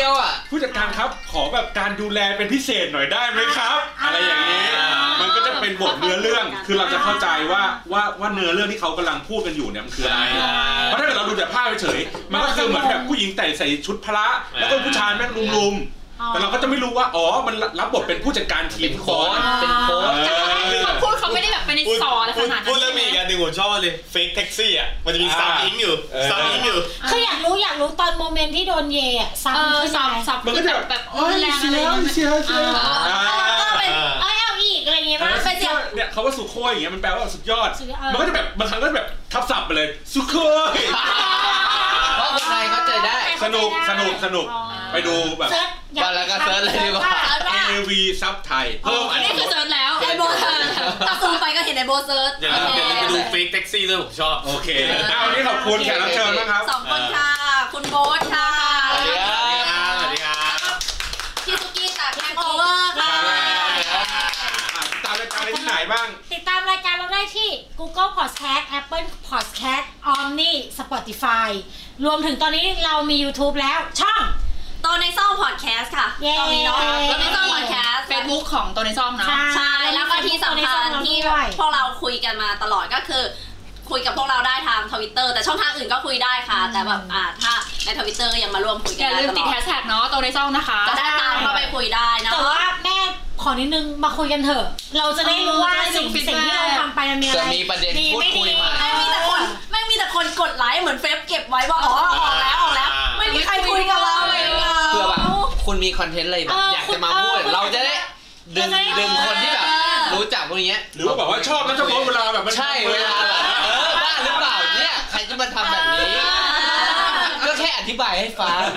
ผู้จัดการครับขอแบบการดูแลเป็นพิเศษหน่อยได้ไหมครับ อะไรอย่างนี้มันก็จะเป็นบทเนื้อเรื่องคือเราจะเข้าใจว่าเนื้อเรื่องที่เขากำลังพูดกันอยู่เนี่ยมันคืออะไรเพราะถ้าเกิดเราดูแต่ภาพเฉยมันก็คือเหมือนแบบผู้หญิงแต่ใส่ชุดพละแล้วก็ผู้ชายแม่งลุมแต่เราก็จะไม่รู้ว่าอ๋อมันรับบทเป็นผู้จัดการทีมโค้ชเป็นโค้ชพูดเขาไม่ได้แบบไปในซออะไรขนาดนั้นพูดเรื่องมีอีกอันหนึ่งผมชอบเลยเฟกแท็กซี่อ่ะมันจะมีซับอิงอยู่คืออยากรู้ตอนโมเมนต์ที่โดนเย่ซับมันก็จะแบบแรงอะไรเชียร์เป็นเอาอีกอะไรเงี้ยเป็นเนี่ยเขาว่าสุโคยอย่างเงี้ยมันแปลว่าสุดยอดมันก็จะแบบบางครั้งก็แบบทับศัพท์ไปเลยสุโคยเพราะคนไทยเข้าใจได้สนุกไปดูแบบแล้วก็เซิร์ชเลยดีกว่า AV ซับไทยอันนี้คือเซิร์ชแล้วไอโบเซิร์ชถ้าซูมไปก็เห็นไอโบเซิร์ชเดี๋ยวไปดูเฟกแท็กซี่ด้วยผมชอบโอเควันนี้ขอบคุณแขกรับเชิญมากครับ 2 คนค่ะคุณโบ๊ทค่ะสวัสดีครับพี่สุกี้จากแฮงโอเวอร์ค่ะติดตามรายการได้ที่ไหนบ้างติดตามรายการเราได้ที่ Google Podcast Apple Podcast Omni Spotify รวมถึงตอนนี้เรามี YouTube แล้วช่องโตในซ่องพอดแคสต์ค่ะตรงนี้เนาะโตในซ่องพอดแคสต์ Facebook ของโตในซ่องเนาะใช่แล้วก็ที่สำคัญที่พวกเราคุยกันมาตลอดก็คือคุยกับพวกเราได้ทาง Twitter แต่ช่องทางอื่นก็คุยได้ค่ะแต่แบบถ้าใน Twitter ก็ยังมาร่วมคุยกันได้ตลอดอย่าลืมติดแฮชแท็กเนาะโตในซ่องนะคะจะได้ตามเข้าไปคุยได้นะแต่ว่าแม่ขอนิดนึงมาคุยกันเถอะเราจะได้รู้ว่าสิ่งที่เราทำไปมันมีอะไรมีประเด็นพูดคุยมาไม่มีแต่คนกดไลค์เหมือนเฟซเก็บไว้ว่าออกแล้วไม่มีใครคุยกับเราเลยเพื่อแบบคุณมีคอนเทนต์อะไรแบบอยากจะมาพูดเราจะได้ดึงคนที่แบบรู้จักพวกนี้หรือว่าแบบว่าชอบนะเฉพาะเวลาแบบใช่เวลาบ้าหรือเปล่าเนี่ยใครจะมาทำแบบนี้ก็แค่อธิบายให้ฟัง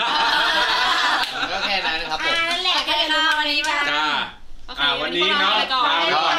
ก็แค่นั้นครับผมนั่นแหละแค่วันนี้วันนี้เนาะ